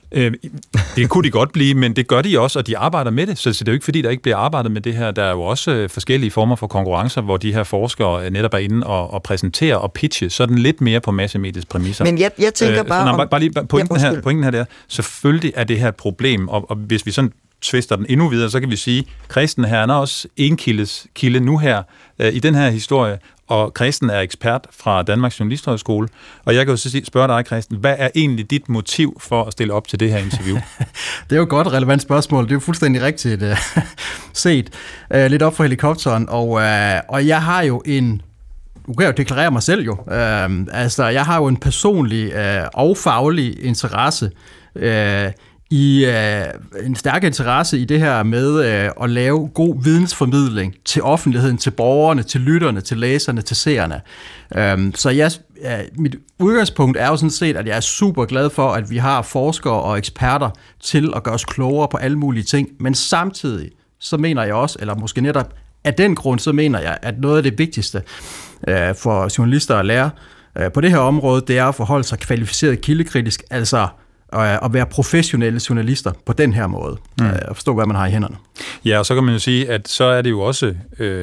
C: Det kunne de godt blive, men det gør de også, og de arbejder med det. Så det er jo ikke, fordi der ikke bliver arbejdet med det her. Der er jo også forskellige former for konkurrencer, hvor de her forskere netop er inde og præsentere og pitche, sådan lidt mere på massemediets præmisser.
B: Men jeg tænker bare...
C: Bare lige pointen her der. Selvfølgelig er det her et problem, og hvis vi sådan twister den endnu videre, så kan vi sige, Christen her er også en kilde nu her i den her historie, og Christen er ekspert fra Danmarks Journalisthøjskole, og jeg kan jo så spørge dig, Christen, hvad er egentlig dit motiv for at stille op til det her interview?
D: Det er jo et godt relevant spørgsmål, det er jo fuldstændig rigtigt set, lidt op for helikopteren, og jeg har jo nu kan jeg jo deklarere mig selv jo, jeg har jo en personlig og faglig interesse en stærk interesse i det her med at lave god vidensformidling til offentligheden, til borgerne, til lytterne, til læserne, til seerne. Så mit udgangspunkt er jo sådan set, at jeg er super glad for, at vi har forskere og eksperter til at gøre os klogere på alle mulige ting, men samtidig så mener jeg også, eller måske netop af den grund, så mener jeg, at noget af det vigtigste for journalister at lære på det her område, det er at forholde sig kvalificeret kildekritisk, altså at være professionelle journalister på den her måde, og forstå, hvad man har i hænderne. Ja,
C: og så kan man jo sige, at så er det jo også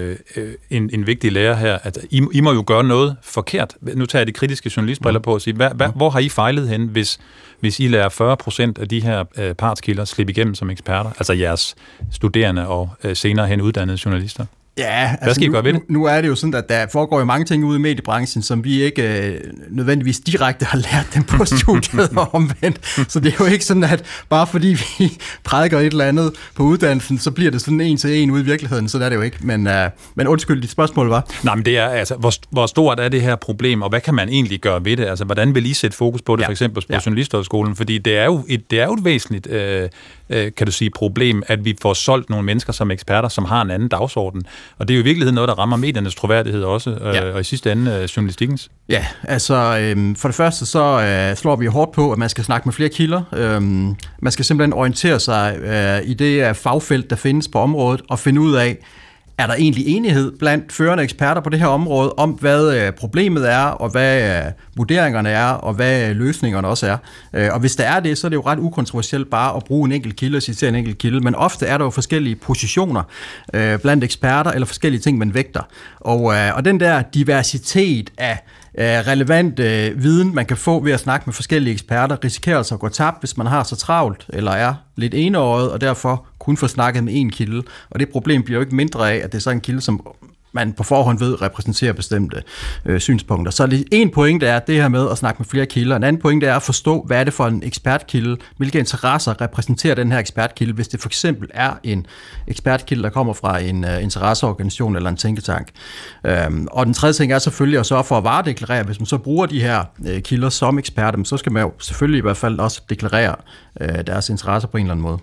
C: en vigtig lære her, at I må jo gøre noget forkert. Nu tager jeg de kritiske journalistbriller på og siger, hvor har I fejlet hen, hvis I lader 40% af de her partskilder slippe igennem som eksperter, altså jeres studerende og senere hen uddannede journalister?
D: Ja, altså nu er det jo sådan, at der foregår jo mange ting ude i mediebranchen, som vi ikke nødvendigvis direkte har lært dem på studiet og omvendt. Så det er jo ikke sådan, at bare fordi vi prædiker et eller andet på uddannelsen, så bliver det sådan en til en ude i virkeligheden. Så er det jo ikke. Men undskyld, dit spørgsmål var?
C: Nej, men det er altså, hvor stort er det her problem, og hvad kan man egentlig gøre ved det? Altså, hvordan vil I sætte fokus på det, for eksempel på Journalisthøjskolen? Fordi det er jo et væsentligt kan du sige, problem, at vi får solgt nogle mennesker som eksperter, som har en anden dagsorden. Og det er jo i virkeligheden noget, der rammer mediernes troværdighed også, og i sidste ende journalistikkens.
D: Ja, altså for det første så slår vi hårdt på, at man skal snakke med flere kilder. Man skal simpelthen orientere sig i det fagfelt, der findes på området, og finde ud af, er der egentlig enighed blandt førende eksperter på det her område om, hvad problemet er, og hvad vurderingerne er, og hvad løsningerne også er. Og hvis der er det, så er det jo ret ukontroversielt bare at bruge en enkelt kilde og citere en enkelt kilde, men ofte er der jo forskellige positioner blandt eksperter, eller forskellige ting, man vægter. Og den der diversitet af relevant viden, man kan få ved at snakke med forskellige eksperter, risikerer altså at gå tabt, hvis man har så travlt, eller er lidt enøjet, og derfor kun får snakket med én kilde. Og det problem bliver jo ikke mindre af, at det er så en kilde, som man på forhånd ved repræsenterer bestemte synspunkter. Så en pointe er det her med at snakke med flere kilder. En anden pointe er at forstå, hvad er det for en ekspertkilde, hvilke interesser repræsenterer den her ekspertkilde, hvis det for eksempel er en ekspertkilde, der kommer fra en interesseorganisation eller en tænketank. Og den tredje ting er selvfølgelig at sørge for at varedeklarere, hvis man så bruger de her kilder som eksperter, så skal man jo selvfølgelig i hvert fald også deklarere deres interesser på en eller anden måde.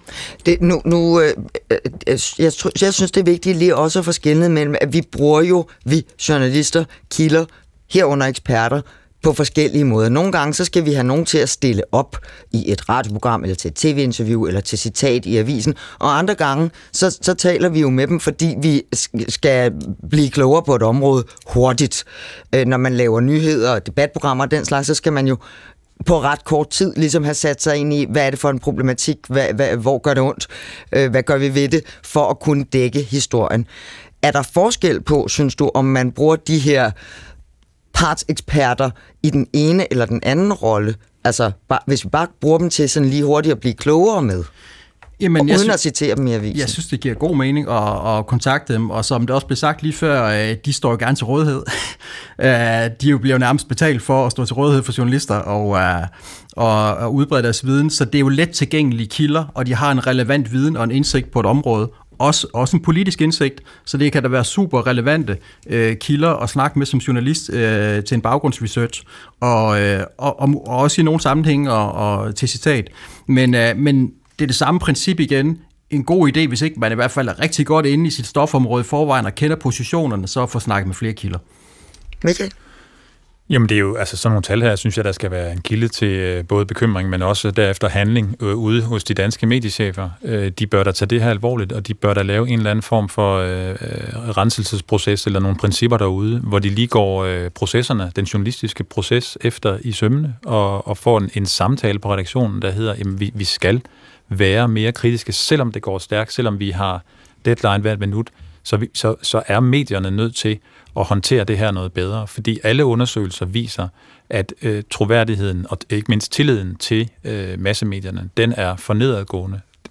B: Jeg synes, det er vigtigt lige også at få skelnet mellem, at vi journalister, kilder, herunder eksperter, på forskellige måder. Nogle gange så skal vi have nogen til at stille op i et radioprogram, eller til et tv-interview, eller til citat i avisen, og andre gange så taler vi jo med dem, fordi vi skal blive klogere på et område hurtigt. Når man laver nyheder og debatprogrammer og den slags, så skal man jo på ret kort tid ligesom have sat sig ind i, hvad er det for en problematik, hvor gør det ondt, hvad gør vi ved det, for at kunne dække historien. Er der forskel på, synes du, om man bruger de her partseksperter i den ene eller den anden rolle? Altså, hvis vi bare bruger dem til sådan lige hurtigt at blive klogere med, uden at citere dem i avisen.
D: Jeg synes, det giver god mening at kontakte dem, og som det også blev sagt lige før, de står jo gerne til rådighed. De bliver jo nærmest betalt for at stå til rådighed for journalister og udbrede deres viden, så det er jo let tilgængelige kilder, og de har en relevant viden og en indsigt på et område. Også en politisk indsigt, så det kan da være super relevante kilder at snakke med som journalist til en baggrundsresearch, og også i nogle sammenhænge og til citat. Men det er det samme princip igen. En god idé, hvis ikke man i hvert fald er rigtig godt inde i sit stofområde i forvejen og kender positionerne, så få snakket med flere kilder.
B: Michael?
C: Jamen det er jo, altså sådan nogle tal her, synes jeg, der skal være en kilde til både bekymring, men også derefter handling ude hos de danske mediechefer. De bør da tage det her alvorligt, og de bør da lave en eller anden form for renselsesproces eller nogle principper derude, hvor de lige går processerne, den journalistiske proces efter i sømmene, og får en samtale på redaktionen, der hedder, jamen vi skal være mere kritiske, selvom det går stærkt, selvom vi har deadline hvert minut, så er medierne nødt til at håndtere det her noget bedre, fordi alle undersøgelser viser, at troværdigheden og ikke mindst tilliden til massemedierne, den er for nedadgående.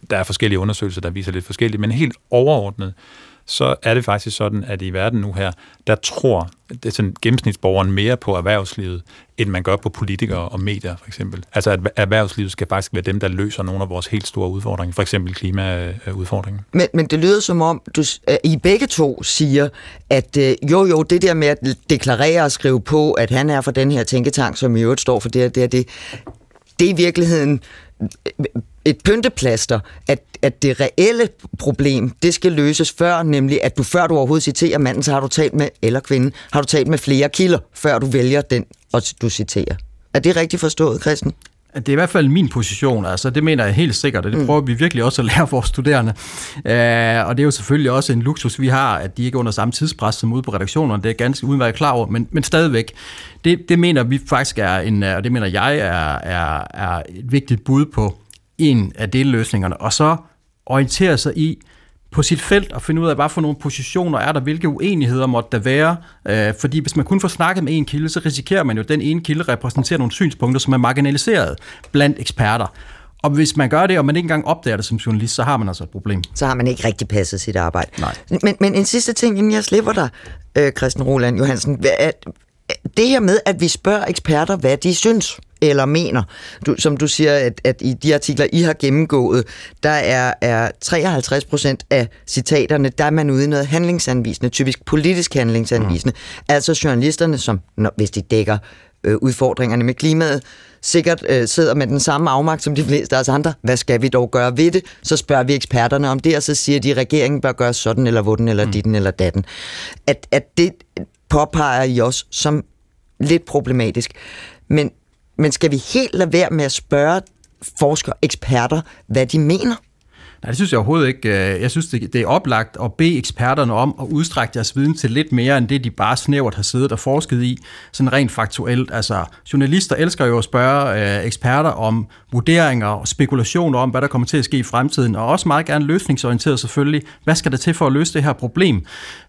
C: der er forskellige undersøgelser, der viser lidt forskelligt, men helt overordnet, så er det faktisk sådan, at i verden nu her, der tror gennemsnitsborgeren mere på erhvervslivet, end man gør på politikere og medier, for eksempel. Altså, at erhvervslivet skal faktisk være dem, der løser nogle af vores helt store udfordringer, for eksempel klimaudfordringen.
B: Men det lyder som om, I begge to siger, at det der med at deklarere og skrive på, at han er fra den her tænketank, som i øvrigt står for det er i virkeligheden et pynteplaster, at det reelle problem, det skal løses før, nemlig at før du overhovedet citerer manden, så har du talt med, eller kvinden, har du talt med flere kilder, før du vælger den, og du citerer. Er det rigtigt forstået, Christen?
D: Det er i hvert fald min position, altså det mener jeg helt sikkert, og det prøver vi virkelig også at lære vores studerende. Og det er jo selvfølgelig også en luksus, vi har, at de ikke er under samme tidspres som ude på redaktionerne, det er ganske udmærket klar over, men stadigvæk, det mener vi faktisk og det mener jeg er et vigtigt bud på en af delløsningerne, og så orientere sig i på sit felt og finde ud af, hvad for nogle positioner er der, hvilke uenigheder måtte der være. Fordi hvis man kun får snakket med en kilde, så risikerer man jo, at den ene kilde repræsenterer nogle synspunkter, som er marginaliseret blandt eksperter. Og hvis man gør det, og man ikke engang opdager det som journalist, så har man altså et problem.
B: Så har man ikke rigtig passet sit arbejde.
D: Nej.
B: Men en sidste ting, inden jeg slipper dig, Christen Roland Johansen. Det her med, at vi spørger eksperter, hvad de synes eller mener. Som du siger, at i de artikler, I har gennemgået, der er 53% af citaterne, der er man ude i noget handlingsanvisende, typisk politisk handlingsanvisende. Altså journalisterne, som hvis de dækker udfordringerne med klimaet, sikkert sidder med den samme afmagt som de fleste af os andre. Hvad skal vi dog gøre ved det? Så spørger vi eksperterne om det, og så siger de, at regeringen bør gøre sådan, eller hvordan, eller ditten, eller datten. At det påpeger I også som lidt problematisk. Men skal vi helt lade være med at spørge forskere, eksperter, hvad de mener?
D: Nej, det synes jeg overhovedet ikke. Jeg synes, det er oplagt at bede eksperterne om at udstrække deres viden til lidt mere, end det de bare snævert har siddet og forsket i, sådan rent faktuelt. Altså, journalister elsker jo at spørge eksperter om vurderinger og spekulationer om, hvad der kommer til at ske i fremtiden, og også meget gerne løsningsorienteret selvfølgelig. Hvad skal der til for at løse det her problem?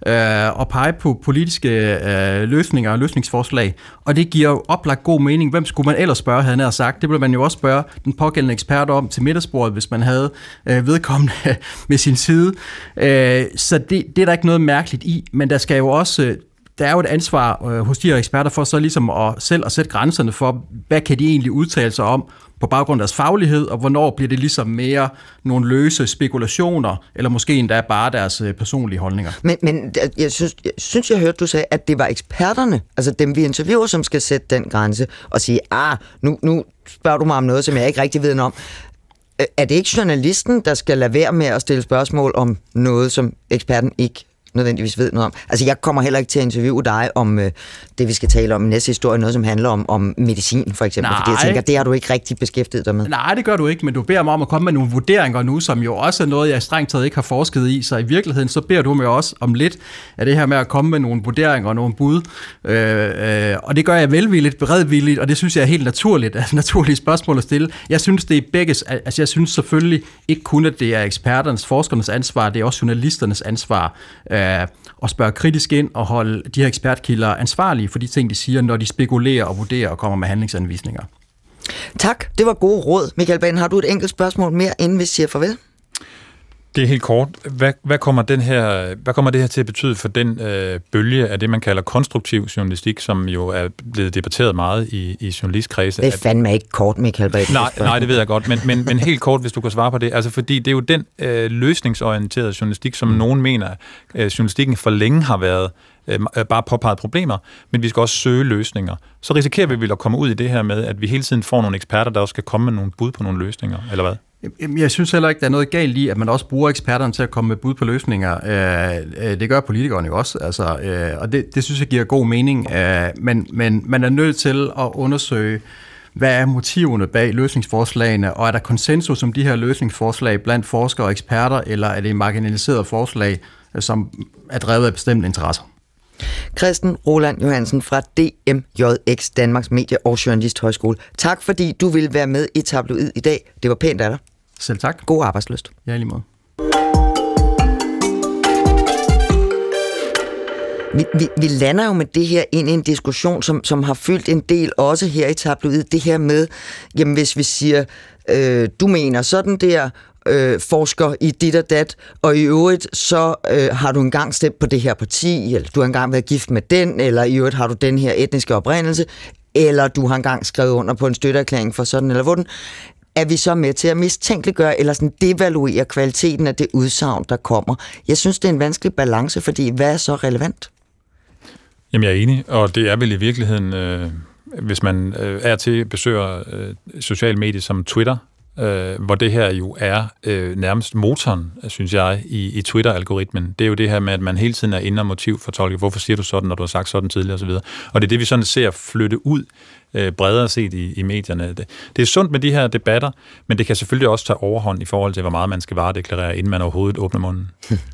D: Og pege på politiske løsninger og løsningsforslag. Og det giver jo oplagt god mening. Hvem skulle man ellers spørge, havde han sagt? Det ville man jo også spørge den pågældende ekspert om til middagsbordet, hvis man havde vedkommende med sin side. Så det er der ikke noget mærkeligt i, men der skal jo også, der er jo et ansvar hos de her eksperter for så ligesom at sætte grænserne for, hvad kan de egentlig udtale sig om på baggrund af deres faglighed, og hvornår bliver det ligesom mere nogle løse spekulationer, eller måske endda bare deres personlige holdninger.
B: Men jeg synes, jeg hørte, du sagde, at det var eksperterne, altså dem vi interviewer, som skal sætte den grænse, og sige, nu spørger du mig om noget, som jeg ikke rigtig ved noget om. Er det ikke journalisten, der skal lade være med at stille spørgsmål om noget, som eksperten ikke nødvendigvis ved noget om? Altså, jeg kommer heller ikke til at interviewe dig om det, vi skal tale om i næste historie, noget som handler om medicin, for eksempel.
D: Nej.
B: Fordi jeg tænker, det har du ikke rigtig beskæftiget dig med.
D: Nej, det gør du ikke, men du beder mig om at komme med nogle vurderinger nu, som jo også er noget, jeg strengt taget ikke har forsket i, så i virkeligheden, så beder du mig også om lidt af det her med at komme med nogle vurderinger og nogle bud, og det gør jeg velvilligt, beredvilligt, og det synes jeg er helt naturligt, altså naturlige spørgsmål at stille. Jeg synes, det er begges, altså jeg synes selvfølgelig ikke kun, at det er eksperternes, forskernes ansvar, det er også journalisternes ansvar, at spørge kritisk ind og holde de her ekspertkilder ansvarlige for de ting, de siger, når de spekulerer og vurderer og kommer med handlingsanvisninger.
B: Tak, det var gode råd. Michael Banen, har du et enkelt spørgsmål mere, inden vi siger farvel?
C: Det er helt kort. Hvad kommer det her til at betyde for den bølge af det, man kalder konstruktiv journalistik, som jo er blevet debatteret meget i journalistkredse? Det
B: er fandme ikke kort, Michael Banen.
C: Nej, det ved jeg godt, men helt kort, hvis du kan svare på det. Altså, fordi det er jo den løsningsorienterede journalistik, som nogen mener, journalistikken for længe har været bare påpeget problemer, men vi skal også søge løsninger. Så risikerer vi at komme ud i det her med, at vi hele tiden får nogle eksperter, der også skal komme med nogle bud på nogle løsninger, eller hvad?
D: Jeg synes heller ikke, der er noget galt i, at man også bruger eksperterne til at komme med bud på løsninger. Det gør politikerne jo også, altså, og det synes jeg giver god mening. Men man er nødt til at undersøge, hvad er motiverne bag løsningsforslagene, og er der konsensus om de her løsningsforslag blandt forskere og eksperter, eller er det marginaliserede forslag, som er drevet af bestemte interesser?
B: Christen Roland Johansen fra DMJX, Danmarks Medie- og Journalisthøjskole. Tak fordi du ville være med i Tabloid i dag. Det var pænt af dig.
D: Selv tak.
B: God arbejdslyst.
D: Ja, i lige måde.
B: Vi lander jo med det her ind i en diskussion, som har fyldt en del også her i Tabloid. Det her med, jamen hvis vi siger, du mener sådan der, forsker i dit og dat, og i øvrigt så har du engang stemt på det her parti, eller du har engang været gift med den, eller i øvrigt har du den her etniske oprindelse, eller du har engang skrevet under på en støtteerklæring for sådan eller hvordan, er vi så med til at mistænkeliggøre eller sådan devaluere kvaliteten af det udsagn, der kommer? Jeg synes, det er en vanskelig balance, fordi hvad er så relevant?
C: Jamen, jeg er enig, og det er vel i virkeligheden, hvis man er til besøger sociale medier som Twitter, hvor det her jo er nærmest motoren, synes jeg, i Twitter-algoritmen. Det er jo det her med, at man hele tiden er inde og motivfortolke. Hvorfor siger du sådan, når du har sagt sådan tidligere osv.? Og det er det, vi sådan ser flytte ud bredere set i medierne. Det er sundt med de her debatter, men det kan selvfølgelig også tage overhånd i forhold til, hvor meget man skal varedeklarere, inden man overhovedet åbner munden.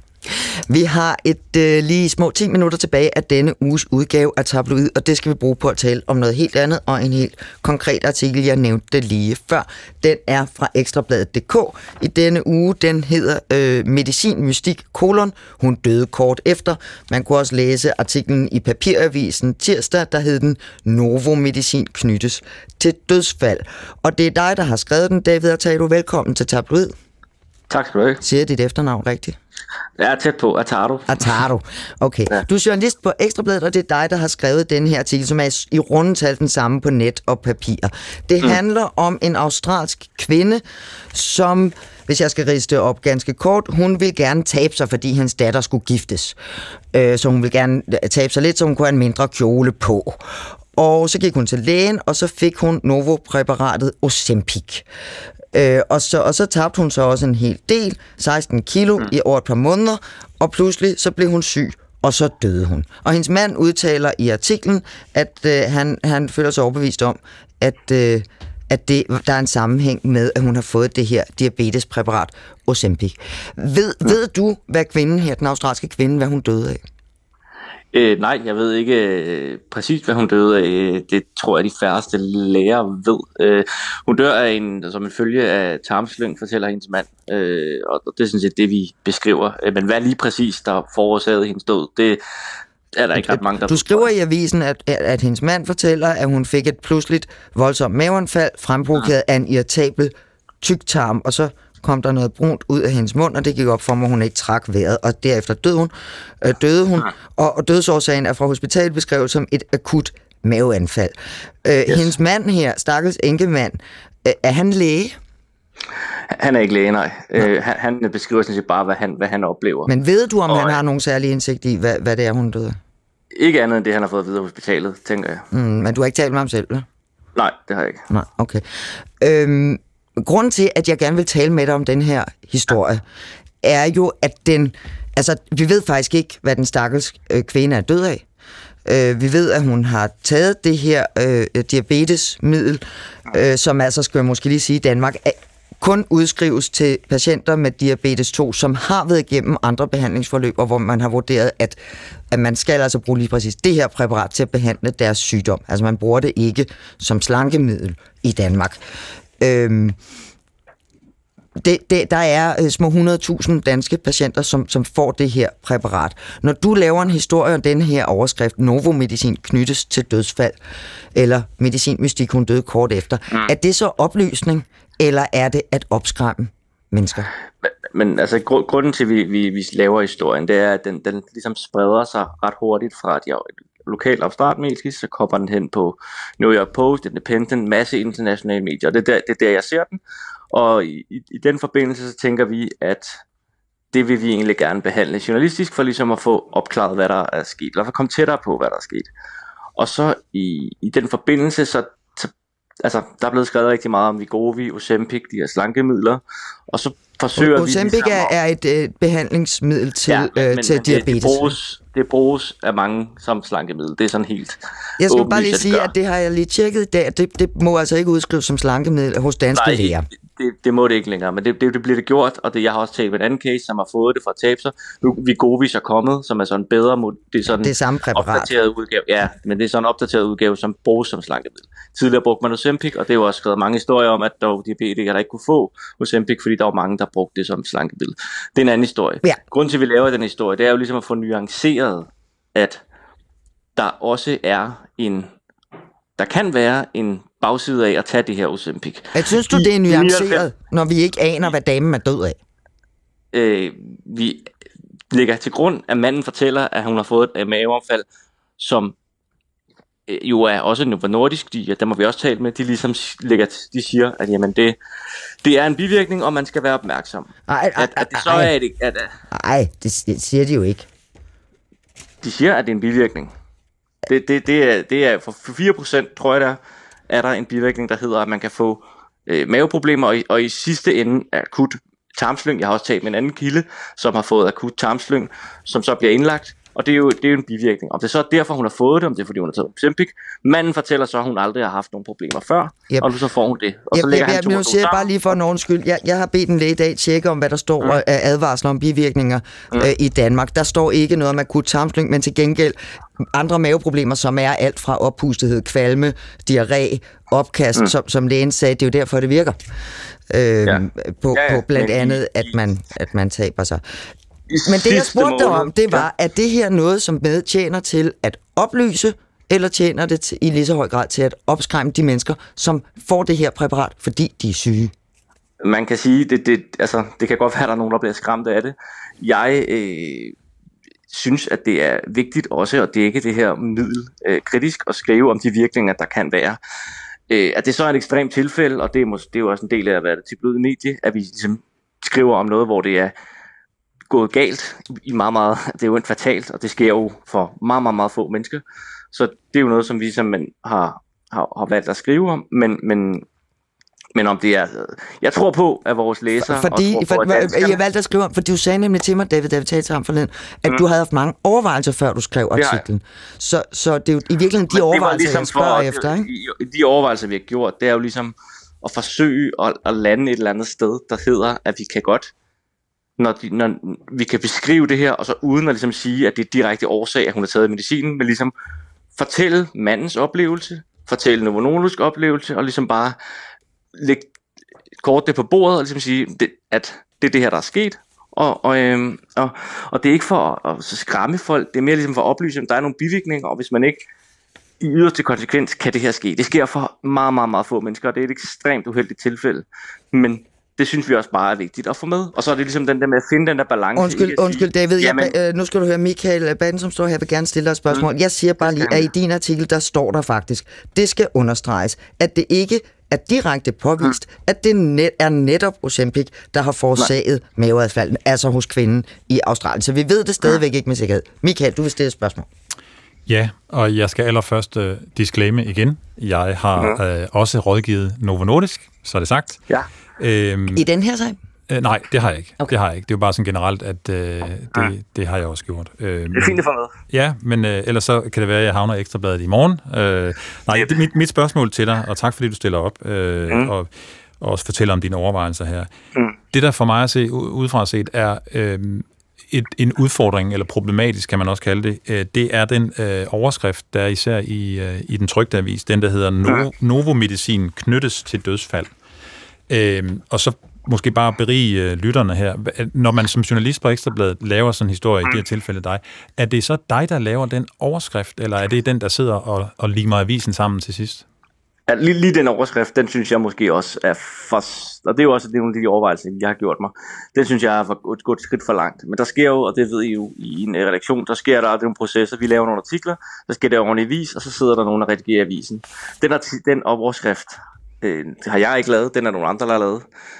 B: Vi har lige små 10 minutter tilbage af denne uges udgave af Tabloid, og det skal vi bruge på at tale om noget helt andet, og en helt konkret artikel, jeg nævnte lige før. Den er fra Ekstrabladet.dk. I denne uge, den hedder Medicin Mystik : Hun døde kort efter. Man kunne også læse artiklen i Papiravisen tirsdag, der hed den Novo Medicin knyttes til dødsfald. Og det er dig, der har skrevet den, David Ataro. Velkommen til Tabloid.
E: Tak skal du have.
B: Siger dit efternavn rigtigt?
E: Jeg er tæt på. Ataro.
B: Okay. Ja. Du er journalist på Ekstrabladet, og det er dig, der har skrevet den her artikel, som er i rundetal den samme på net og papir. Det handler om en australsk kvinde, som, hvis jeg skal ridse det op ganske kort, hun vil gerne tabe sig, fordi hans datter skulle giftes. Så hun vil gerne tabe sig lidt, så hun kunne have en mindre kjole på. Og så gik hun til lægen, og så fik hun Novo-præparatet Ozempic. Og så tabte hun så også en hel del, 16 kilo i over et par måneder, og pludselig så blev hun syg, og så døde hun. Og hendes mand udtaler i artiklen, at han føler sig overbevist om, at der er en sammenhæng med, at hun har fået det her diabetespræparat Ozempic. Ved du, hvad kvinden her, den australske kvinde, hvad hun døde af?
E: Nej, jeg ved ikke præcis, hvad hun døde af. Det tror jeg, de færreste læger ved. Hun dør af som en følge af tarmslyng, fortæller hendes mand. Og det er sådan set det, vi beskriver. Men hvad lige præcis, der forårsagede hendes død, det er der ikke ret mange, der...
B: Du skriver i avisen, at hendes mand fortæller, at hun fik et pludseligt voldsomt maveanfald, fremprovokeret af en irritabel tyktarm, og så kom der noget brunt ud af hendes mund, og det gik op for mig, hun ikke trak vejret, og derefter døde hun, og dødsårsagen er fra hospitalet beskrevet som et akut maveanfald. Hendes mand her, stakkels enkemand, er han læge?
E: Han er ikke læge, nej. Han beskriver sådan set bare, hvad han oplever.
B: Men ved du, om han har nogen særlig indsigt i, hvad det er, hun døde?
E: Ikke andet end det, han har fået videre på hospitalet, tænker jeg.
B: Men du har ikke talt med ham selv, eller?
E: Nej, det har jeg ikke.
B: Nej, okay. Grunden til, at jeg gerne vil tale med dig om den her historie, er jo, at vi ved faktisk ikke, hvad den stakkels kvinde er død af. Vi ved, at hun har taget det her diabetesmiddel, som altså, skal jeg måske lige sige, i Danmark kun udskrives til patienter med diabetes 2, som har været igennem andre behandlingsforløb, og hvor man har vurderet, at man skal altså bruge lige præcis det her præparat til at behandle deres sygdom. Altså man bruger det ikke som slankemiddel i Danmark. Der er små 100.000 danske patienter, som får det her præparat. Når du laver en historie om den her overskrift, Novo Medicin knyttes til dødsfald, eller Medicin Mystik, hun døde kort efter, er det så oplysning, eller er det at opskræmme mennesker?
E: Men altså, grunden til, at vi laver historien, det er, at den ligesom spreder sig ret hurtigt fra de lokale australmediske, så kommer den hen på New York Post, Independent, masse internationale medier, og det er der, jeg ser den. Og i den forbindelse, så tænker vi, at det vil vi egentlig gerne behandle journalistisk, for ligesom at få opklaret, hvad der er sket, eller for at komme tættere på, hvad der er sket. Og så i den forbindelse, så altså, der er blevet skrevet rigtig meget om Wegovy, Ozempic, de her slankemidler, og så forsøger
B: Ozempic
E: vi...
B: Ozempic er et behandlingsmiddel til diabetes.
E: Det bruges af mange som slankemiddel. Det er sådan helt...
B: Jeg skal bare lige sige, at det har jeg lige tjekket i dag. Det må altså ikke udskrives som slankemiddel hos danske læger.
E: Det må det ikke længere, men det bliver det gjort, og jeg har også talt med en anden case, som har fået det fra tabe sig. Nu Wegovy er kommet, som er sådan bedre mod det
B: samme præparat.
E: Opdateret udgave. Ja, men det er sådan en opdateret udgave, som bruges som slankemiddel. Tidligere brugte man Ozempic, og det er jo også skrevet mange historier om, at der var diabetikere, der ikke kunne få Ozempic, fordi der var mange, der brugte det som slankemiddel. Det er en anden historie. Ja. Grunden til, at vi laver den historie, det er jo ligesom at få nuanceret, at der også er der kan være en bagside af at tage det her Ozempic.
B: Synes du, det er nuanceret, når vi ikke aner, hvad damen er død af?
E: Vi lægger til grund, at manden fortæller, at hun har fået et maveomfald, som jo er også Novo Nordisk, der må vi også tale med, de siger, at jamen det er en bivirkning, og man skal være opmærksom.
B: Nej, det siger de jo ikke.
E: De siger, at det er en bivirkning. Det er for 4%, tror jeg er der en bivirkning, der hedder, at man kan få maveproblemer, og i sidste ende akut tarmslyng. Jeg har også talt med en anden kilde, som har fået akut tarmslyng, som så bliver indlagt. Og det er jo en bivirkning. Om det så er derfor, hun har fået det, om det er fordi, hun har taget Ozempic. Manden fortæller så, at hun aldrig har haft nogen problemer før, og nu så får hun det. Og så lægger han
B: nu siger jeg bare lige for en ordens skyld. Jeg har bedt en læge i dag tjekke om, hvad der står af advarsler om bivirkninger i Danmark. Der står ikke noget om akut tarmslyng, men til gengæld andre maveproblemer, som er alt fra oppustethed, kvalme, diarré, opkast, som lægen sagde, det er jo derfor, det virker. På blandt andet, at man taber sig. Men det, jeg spurgte dig om, det var, at det her noget, som tjener til at oplyse, eller tjener det i lige så høj grad til at opskræmme de mennesker, som får det her præparat, fordi de er syge?
E: Man kan sige, det kan godt være, at der er nogen, der bliver skræmt af det. Jeg synes, at det er vigtigt også at dække det her middel kritisk og skrive om de virkninger, der kan være. At det så er et ekstremt tilfælde, og det er jo også en del af at være det tabloide medie, at vi ligesom skriver om noget, hvor det er gået galt i meget, meget, det er jo fatalt, og det sker jo for meget, meget, meget få mennesker. Så det er jo noget, som vi simpelthen har valgt at skrive om, men om det er... Jeg tror på, at vores læsere...
B: Jeg valgte at skrive om, fordi du sagde nemlig til mig, David, da vi talte sammen forleden, at du havde haft mange overvejelser, før du skrev artiklen. Så det er jo i virkeligheden de overvejelser, ligesom jeg spørger efter, ikke?
E: De overvejelser, vi har gjort, det er jo ligesom at forsøge at lande et eller andet sted, der hedder, at vi kan godt... Når vi kan beskrive det her, og så uden at ligesom sige, at det er direkte årsag, at hun har taget medicinen, men ligesom fortælle mandens oplevelse, fortælle Novo Nordisk oplevelse, og ligesom bare lægge kort det på bordet, og ligesom sige, at det er det her, der er sket, og det er ikke for at skræmme folk, det er mere ligesom for at oplyse, at der er nogle bivirkninger, og hvis man ikke i yderste konsekvens kan det her ske. Det sker for meget, meget, meget få mennesker, og det er et ekstremt uheldigt tilfælde, men det synes vi også bare er vigtigt at få med. Og så er det ligesom den der med at finde den der balance.
B: Undskyld David, nu skal du høre Michael Baden, som står her, vil gerne stille dig et spørgsmål. Jeg siger bare lige, at i din artikel, der står der faktisk, det skal understreges, at det ikke er direkte påvist, at det er netop Ozempic, der har forårsaget maveadfalden, altså hos kvinden i Australien. Så vi ved det stadigvæk ikke med sikkerhed. Michael, du vil stille et spørgsmål.
C: Ja, og jeg skal allerførst disclaimer igen. Jeg har også rådgivet Novo Nordisk, så er det sagt.
E: Ja.
B: I den her sag?
C: Nej, det har jeg ikke.
B: Okay.
C: Det har jeg ikke. Det er jo bare sådan generelt, at det har jeg også gjort.
E: Det er fint at få med.
C: Ja, men ellers så kan det være, at jeg havner Ekstrabladet i morgen. Nej, det er mit spørgsmål til dig, og tak fordi du stiller op og også fortæller om dine overvejelser her. Det der for mig at se, udefra set, er en udfordring, eller problematisk kan man også kalde det, det er den overskrift, der er især i den trykte avis, den der hedder Novo-medicin knyttes til dødsfald. Og så måske bare berige lytterne her. Når man som journalist på Ekstrabladet laver sådan en historie, i det her tilfælde dig, er det så dig, der laver den overskrift, eller er det den, der sidder og limer avisen sammen til sidst?
E: Ja, lige den overskrift, den synes jeg måske også er for... Og det er jo også nogle af de overvejelser, jeg har gjort mig. Den synes jeg er for et godt skridt for langt. Men der sker jo, og det ved I jo i en redaktion, der sker der nogle processer. Vi laver nogle artikler, der sker der over en avis, og så sidder der nogen, der redigerer avisen. Den overskrift har jeg ikke lavet, den er nogle andre, der har lavet.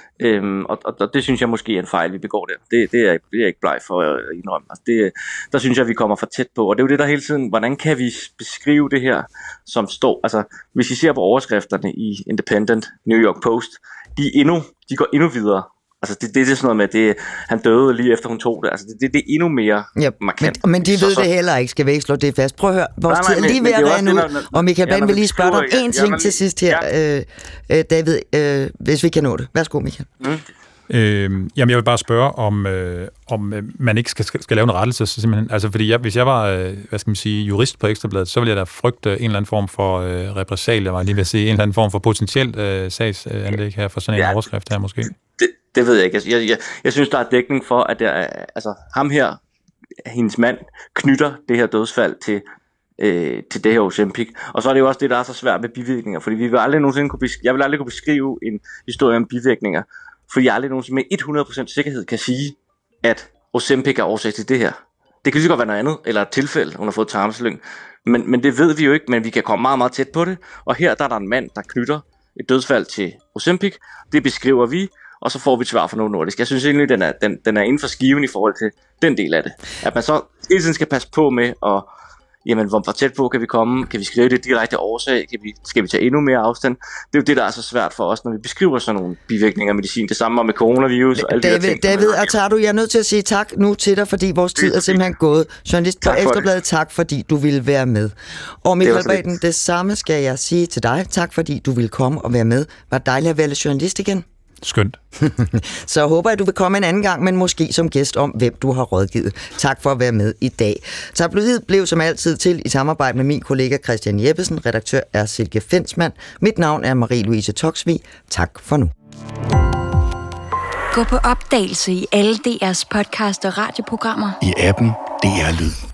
E: Og det synes jeg måske er en fejl, vi begår der. Det er jeg ikke bleg for at indrømme. Altså der synes jeg, vi kommer for tæt på. Og det er jo det, der hele tiden, hvordan kan vi beskrive det her, som står... Altså, hvis I ser på overskrifterne i Independent, New York Post, de går endnu videre. Altså, det er sådan noget med, han døde lige efter hun tog det. Altså, det er endnu mere markant.
B: Men de ved det heller ikke, skal vi ikke slå det fast. Prøv at høre, vores tid er lige ved at rende ud, og Michael Baden vil lige spørge dig om én ting til sidst her, David, hvis vi kan nå det. Værsgo, Michael.
C: Jamen, jeg vil bare spørge, om man ikke skal lave en rettelse, så simpelthen. Altså, fordi hvis jeg var, jurist på Ekstrabladet, så ville jeg da frygte en eller anden form for repressalier, var lige ved at sige, en eller anden form for potentielt sagsanlæg her for sådan en overskrift her måske.
E: Det ved jeg ikke. Jeg synes, der er dækning for, at ham her, hendes mand, knytter det her dødsfald til til det her Ozempic. Og så er det jo også det, der er så svært med bivirkninger, fordi jeg vil aldrig kunne beskrive en historie om bivirkninger, fordi jeg aldrig nogensinde med 100% sikkerhed kan sige, at Ozempic er årsag til det her. Det kan lige så godt være noget andet, eller et tilfælde, hun har fået tarmslyng. Men det ved vi jo ikke, men vi kan komme meget, meget tæt på det. Og her der er der en mand, der knytter et dødsfald til Ozempic. Det beskriver vi, og så får vi et svar fra Novo Nordisk. Jeg synes egentlig, den er inden for skiven i forhold til den del af det. At man så hele tiden skal passe på med, og jamen, hvor tæt på kan vi komme? Kan vi skrive det direkte årsag? Skal vi tage endnu mere afstand? Det er jo det, der er så svært for os, når vi beskriver sådan nogle bivirkninger af medicin. Det samme med coronavirus og alle de her ting.
B: David Artado, jeg er nødt til at sige tak nu til dig, fordi vores tid er simpelthen gået. Journalist på Ekstrabladet, tak fordi du ville være med. Og Michael Baden, det samme skal jeg sige til dig. Tak fordi du ville komme og være med. Var det dejligt at være journalist igen?
C: Skønt.
B: Så håber jeg, du vil komme en anden gang, men måske som gæst om, hvem du har rådgivet. Tak for at være med i dag. Tabloidet blev som altid til i samarbejde med min kollega Christian Jeppesen. Redaktør er Silke Fensmann. Mit navn er Marie-Louise Toksvig. Tak for nu.
F: Gå på opdagelse i alle DR's podcast og radioprogrammer.
G: I appen DR Lyd.